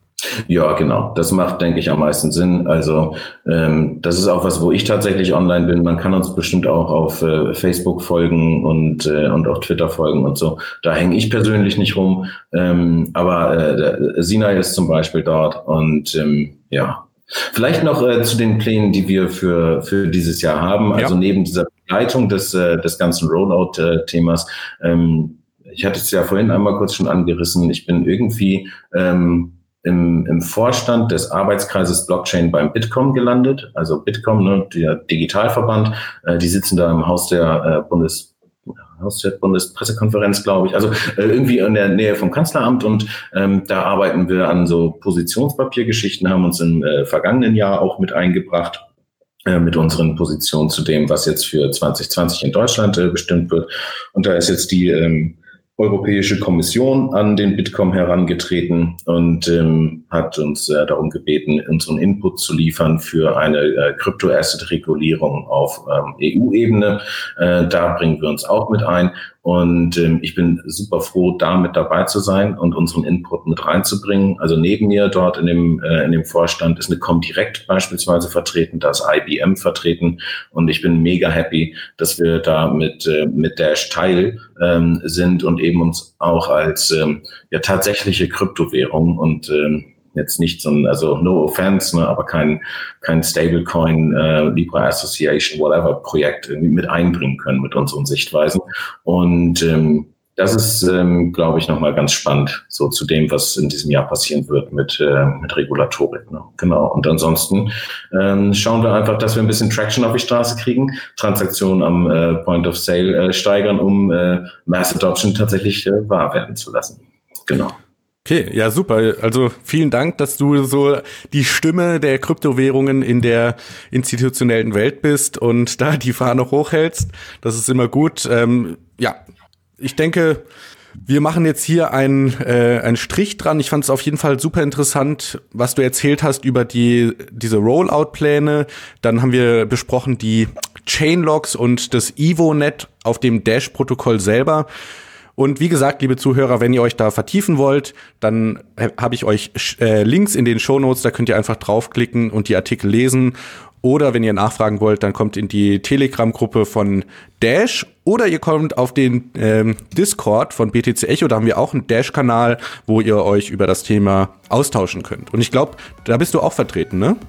Ja, genau. Das macht, denke ich, am meisten Sinn. Also ähm, das ist auch was, wo ich tatsächlich online bin. Man kann uns bestimmt auch auf äh, Facebook folgen und äh, und auf Twitter folgen und so. Da hänge ich persönlich nicht rum. Ähm, aber äh, Sinai ist zum Beispiel dort und ähm, ja. Vielleicht noch äh, zu den Plänen, die wir für für dieses Jahr haben. Also ja. Neben dieser Begleitung des äh, des ganzen Rollout-Themas. Ähm, ich hatte es ja vorhin einmal kurz schon angerissen. Ich bin irgendwie ähm, Im, im Vorstand des Arbeitskreises Blockchain beim Bitkom gelandet. Also Bitkom, ne, der Digitalverband, äh, die sitzen da im Haus der äh, Bundes, Haus der Bundespressekonferenz, glaube ich. Also äh, irgendwie in der Nähe vom Kanzleramt und ähm, da arbeiten wir an so Positionspapiergeschichten, haben uns im äh, vergangenen Jahr auch mit eingebracht äh, mit unseren Positionen zu dem, was jetzt für zwanzig zwanzig in Deutschland äh, bestimmt wird. Und da ist jetzt die ähm, Europäische Kommission an den Bitkom herangetreten und ähm, hat uns äh, darum gebeten, unseren Input zu liefern für eine äh, Crypto-Asset-Regulierung auf ähm, E U-Ebene. Äh, da bringen wir uns auch mit ein. Und ähm, ich bin super froh, da mit dabei zu sein und unseren Input mit reinzubringen. Also neben mir dort in dem äh, in dem Vorstand ist eine Comdirect beispielsweise vertreten, da ist I B M vertreten. Und ich bin mega happy, dass wir da mit äh, mit Dash Teil ähm, sind und eben uns auch als ähm, ja tatsächliche Kryptowährung und ähm, jetzt nicht so ein, also no offense, ne, aber kein kein Stablecoin, äh, Libra Association, whatever Projekt irgendwie mit einbringen können mit unseren Sichtweisen. Und ähm, das ist, ähm, glaube ich, nochmal ganz spannend, so zu dem, was in diesem Jahr passieren wird mit äh, mit Regulatorik. Ne? Genau. Und ansonsten ähm, schauen wir einfach, dass wir ein bisschen Traction auf die Straße kriegen, Transaktionen am äh, Point of Sale äh, steigern, um äh, Mass Adoption tatsächlich äh, wahr werden zu lassen. Genau. Okay, ja super. Also vielen Dank, dass du so die Stimme der Kryptowährungen in der institutionellen Welt bist und da die Fahne hochhältst. Das ist immer gut. Ähm, ja, ich denke, wir machen jetzt hier einen, äh, einen Strich dran. Ich fand es auf jeden Fall super interessant, was du erzählt hast über die diese Rollout-Pläne. Dann haben wir besprochen die Chainlocks und das Evonet auf dem Dash-Protokoll selber. Und wie gesagt, liebe Zuhörer, wenn ihr euch da vertiefen wollt, dann habe ich euch äh, Links in den Shownotes, da könnt ihr einfach draufklicken und die Artikel lesen. Oder wenn ihr nachfragen wollt, dann kommt in die Telegram-Gruppe von Dash oder ihr kommt auf den ähm, Discord von B T C Echo, da haben wir auch einen Dash-Kanal, wo ihr euch über das Thema austauschen könnt. Und ich glaube, da bist du auch vertreten, ne?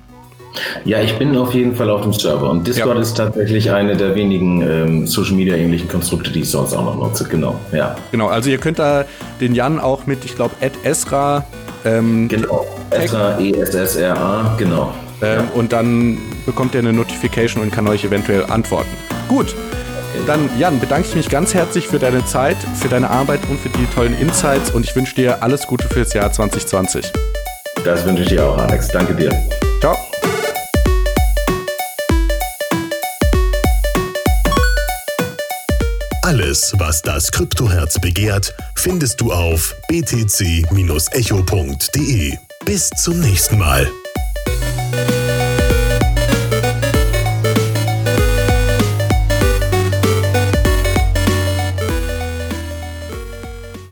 Ja, ich bin auf jeden Fall auf dem Server und Discord ja. ist tatsächlich eine der wenigen ähm, Social-Media-ähnlichen Konstrukte, die ich sonst auch noch nutze, genau, ja. Genau, also ihr könnt da den Jan auch mit, ich glaube, at Esra ähm, genau, Esra, E S S R A, genau. Ähm, ja. Und dann bekommt ihr eine Notification und kann euch eventuell antworten. Gut, dann Jan, bedanke ich mich ganz herzlich für deine Zeit, für deine Arbeit und für die tollen Insights und ich wünsche dir alles Gute fürs Jahr zwanzig zwanzig. Das wünsche ich dir auch, Alex. Danke dir. Ciao. Alles, was das Kryptoherz begehrt, findest du auf b t c Bindestrich echo punkt d e. Bis zum nächsten Mal.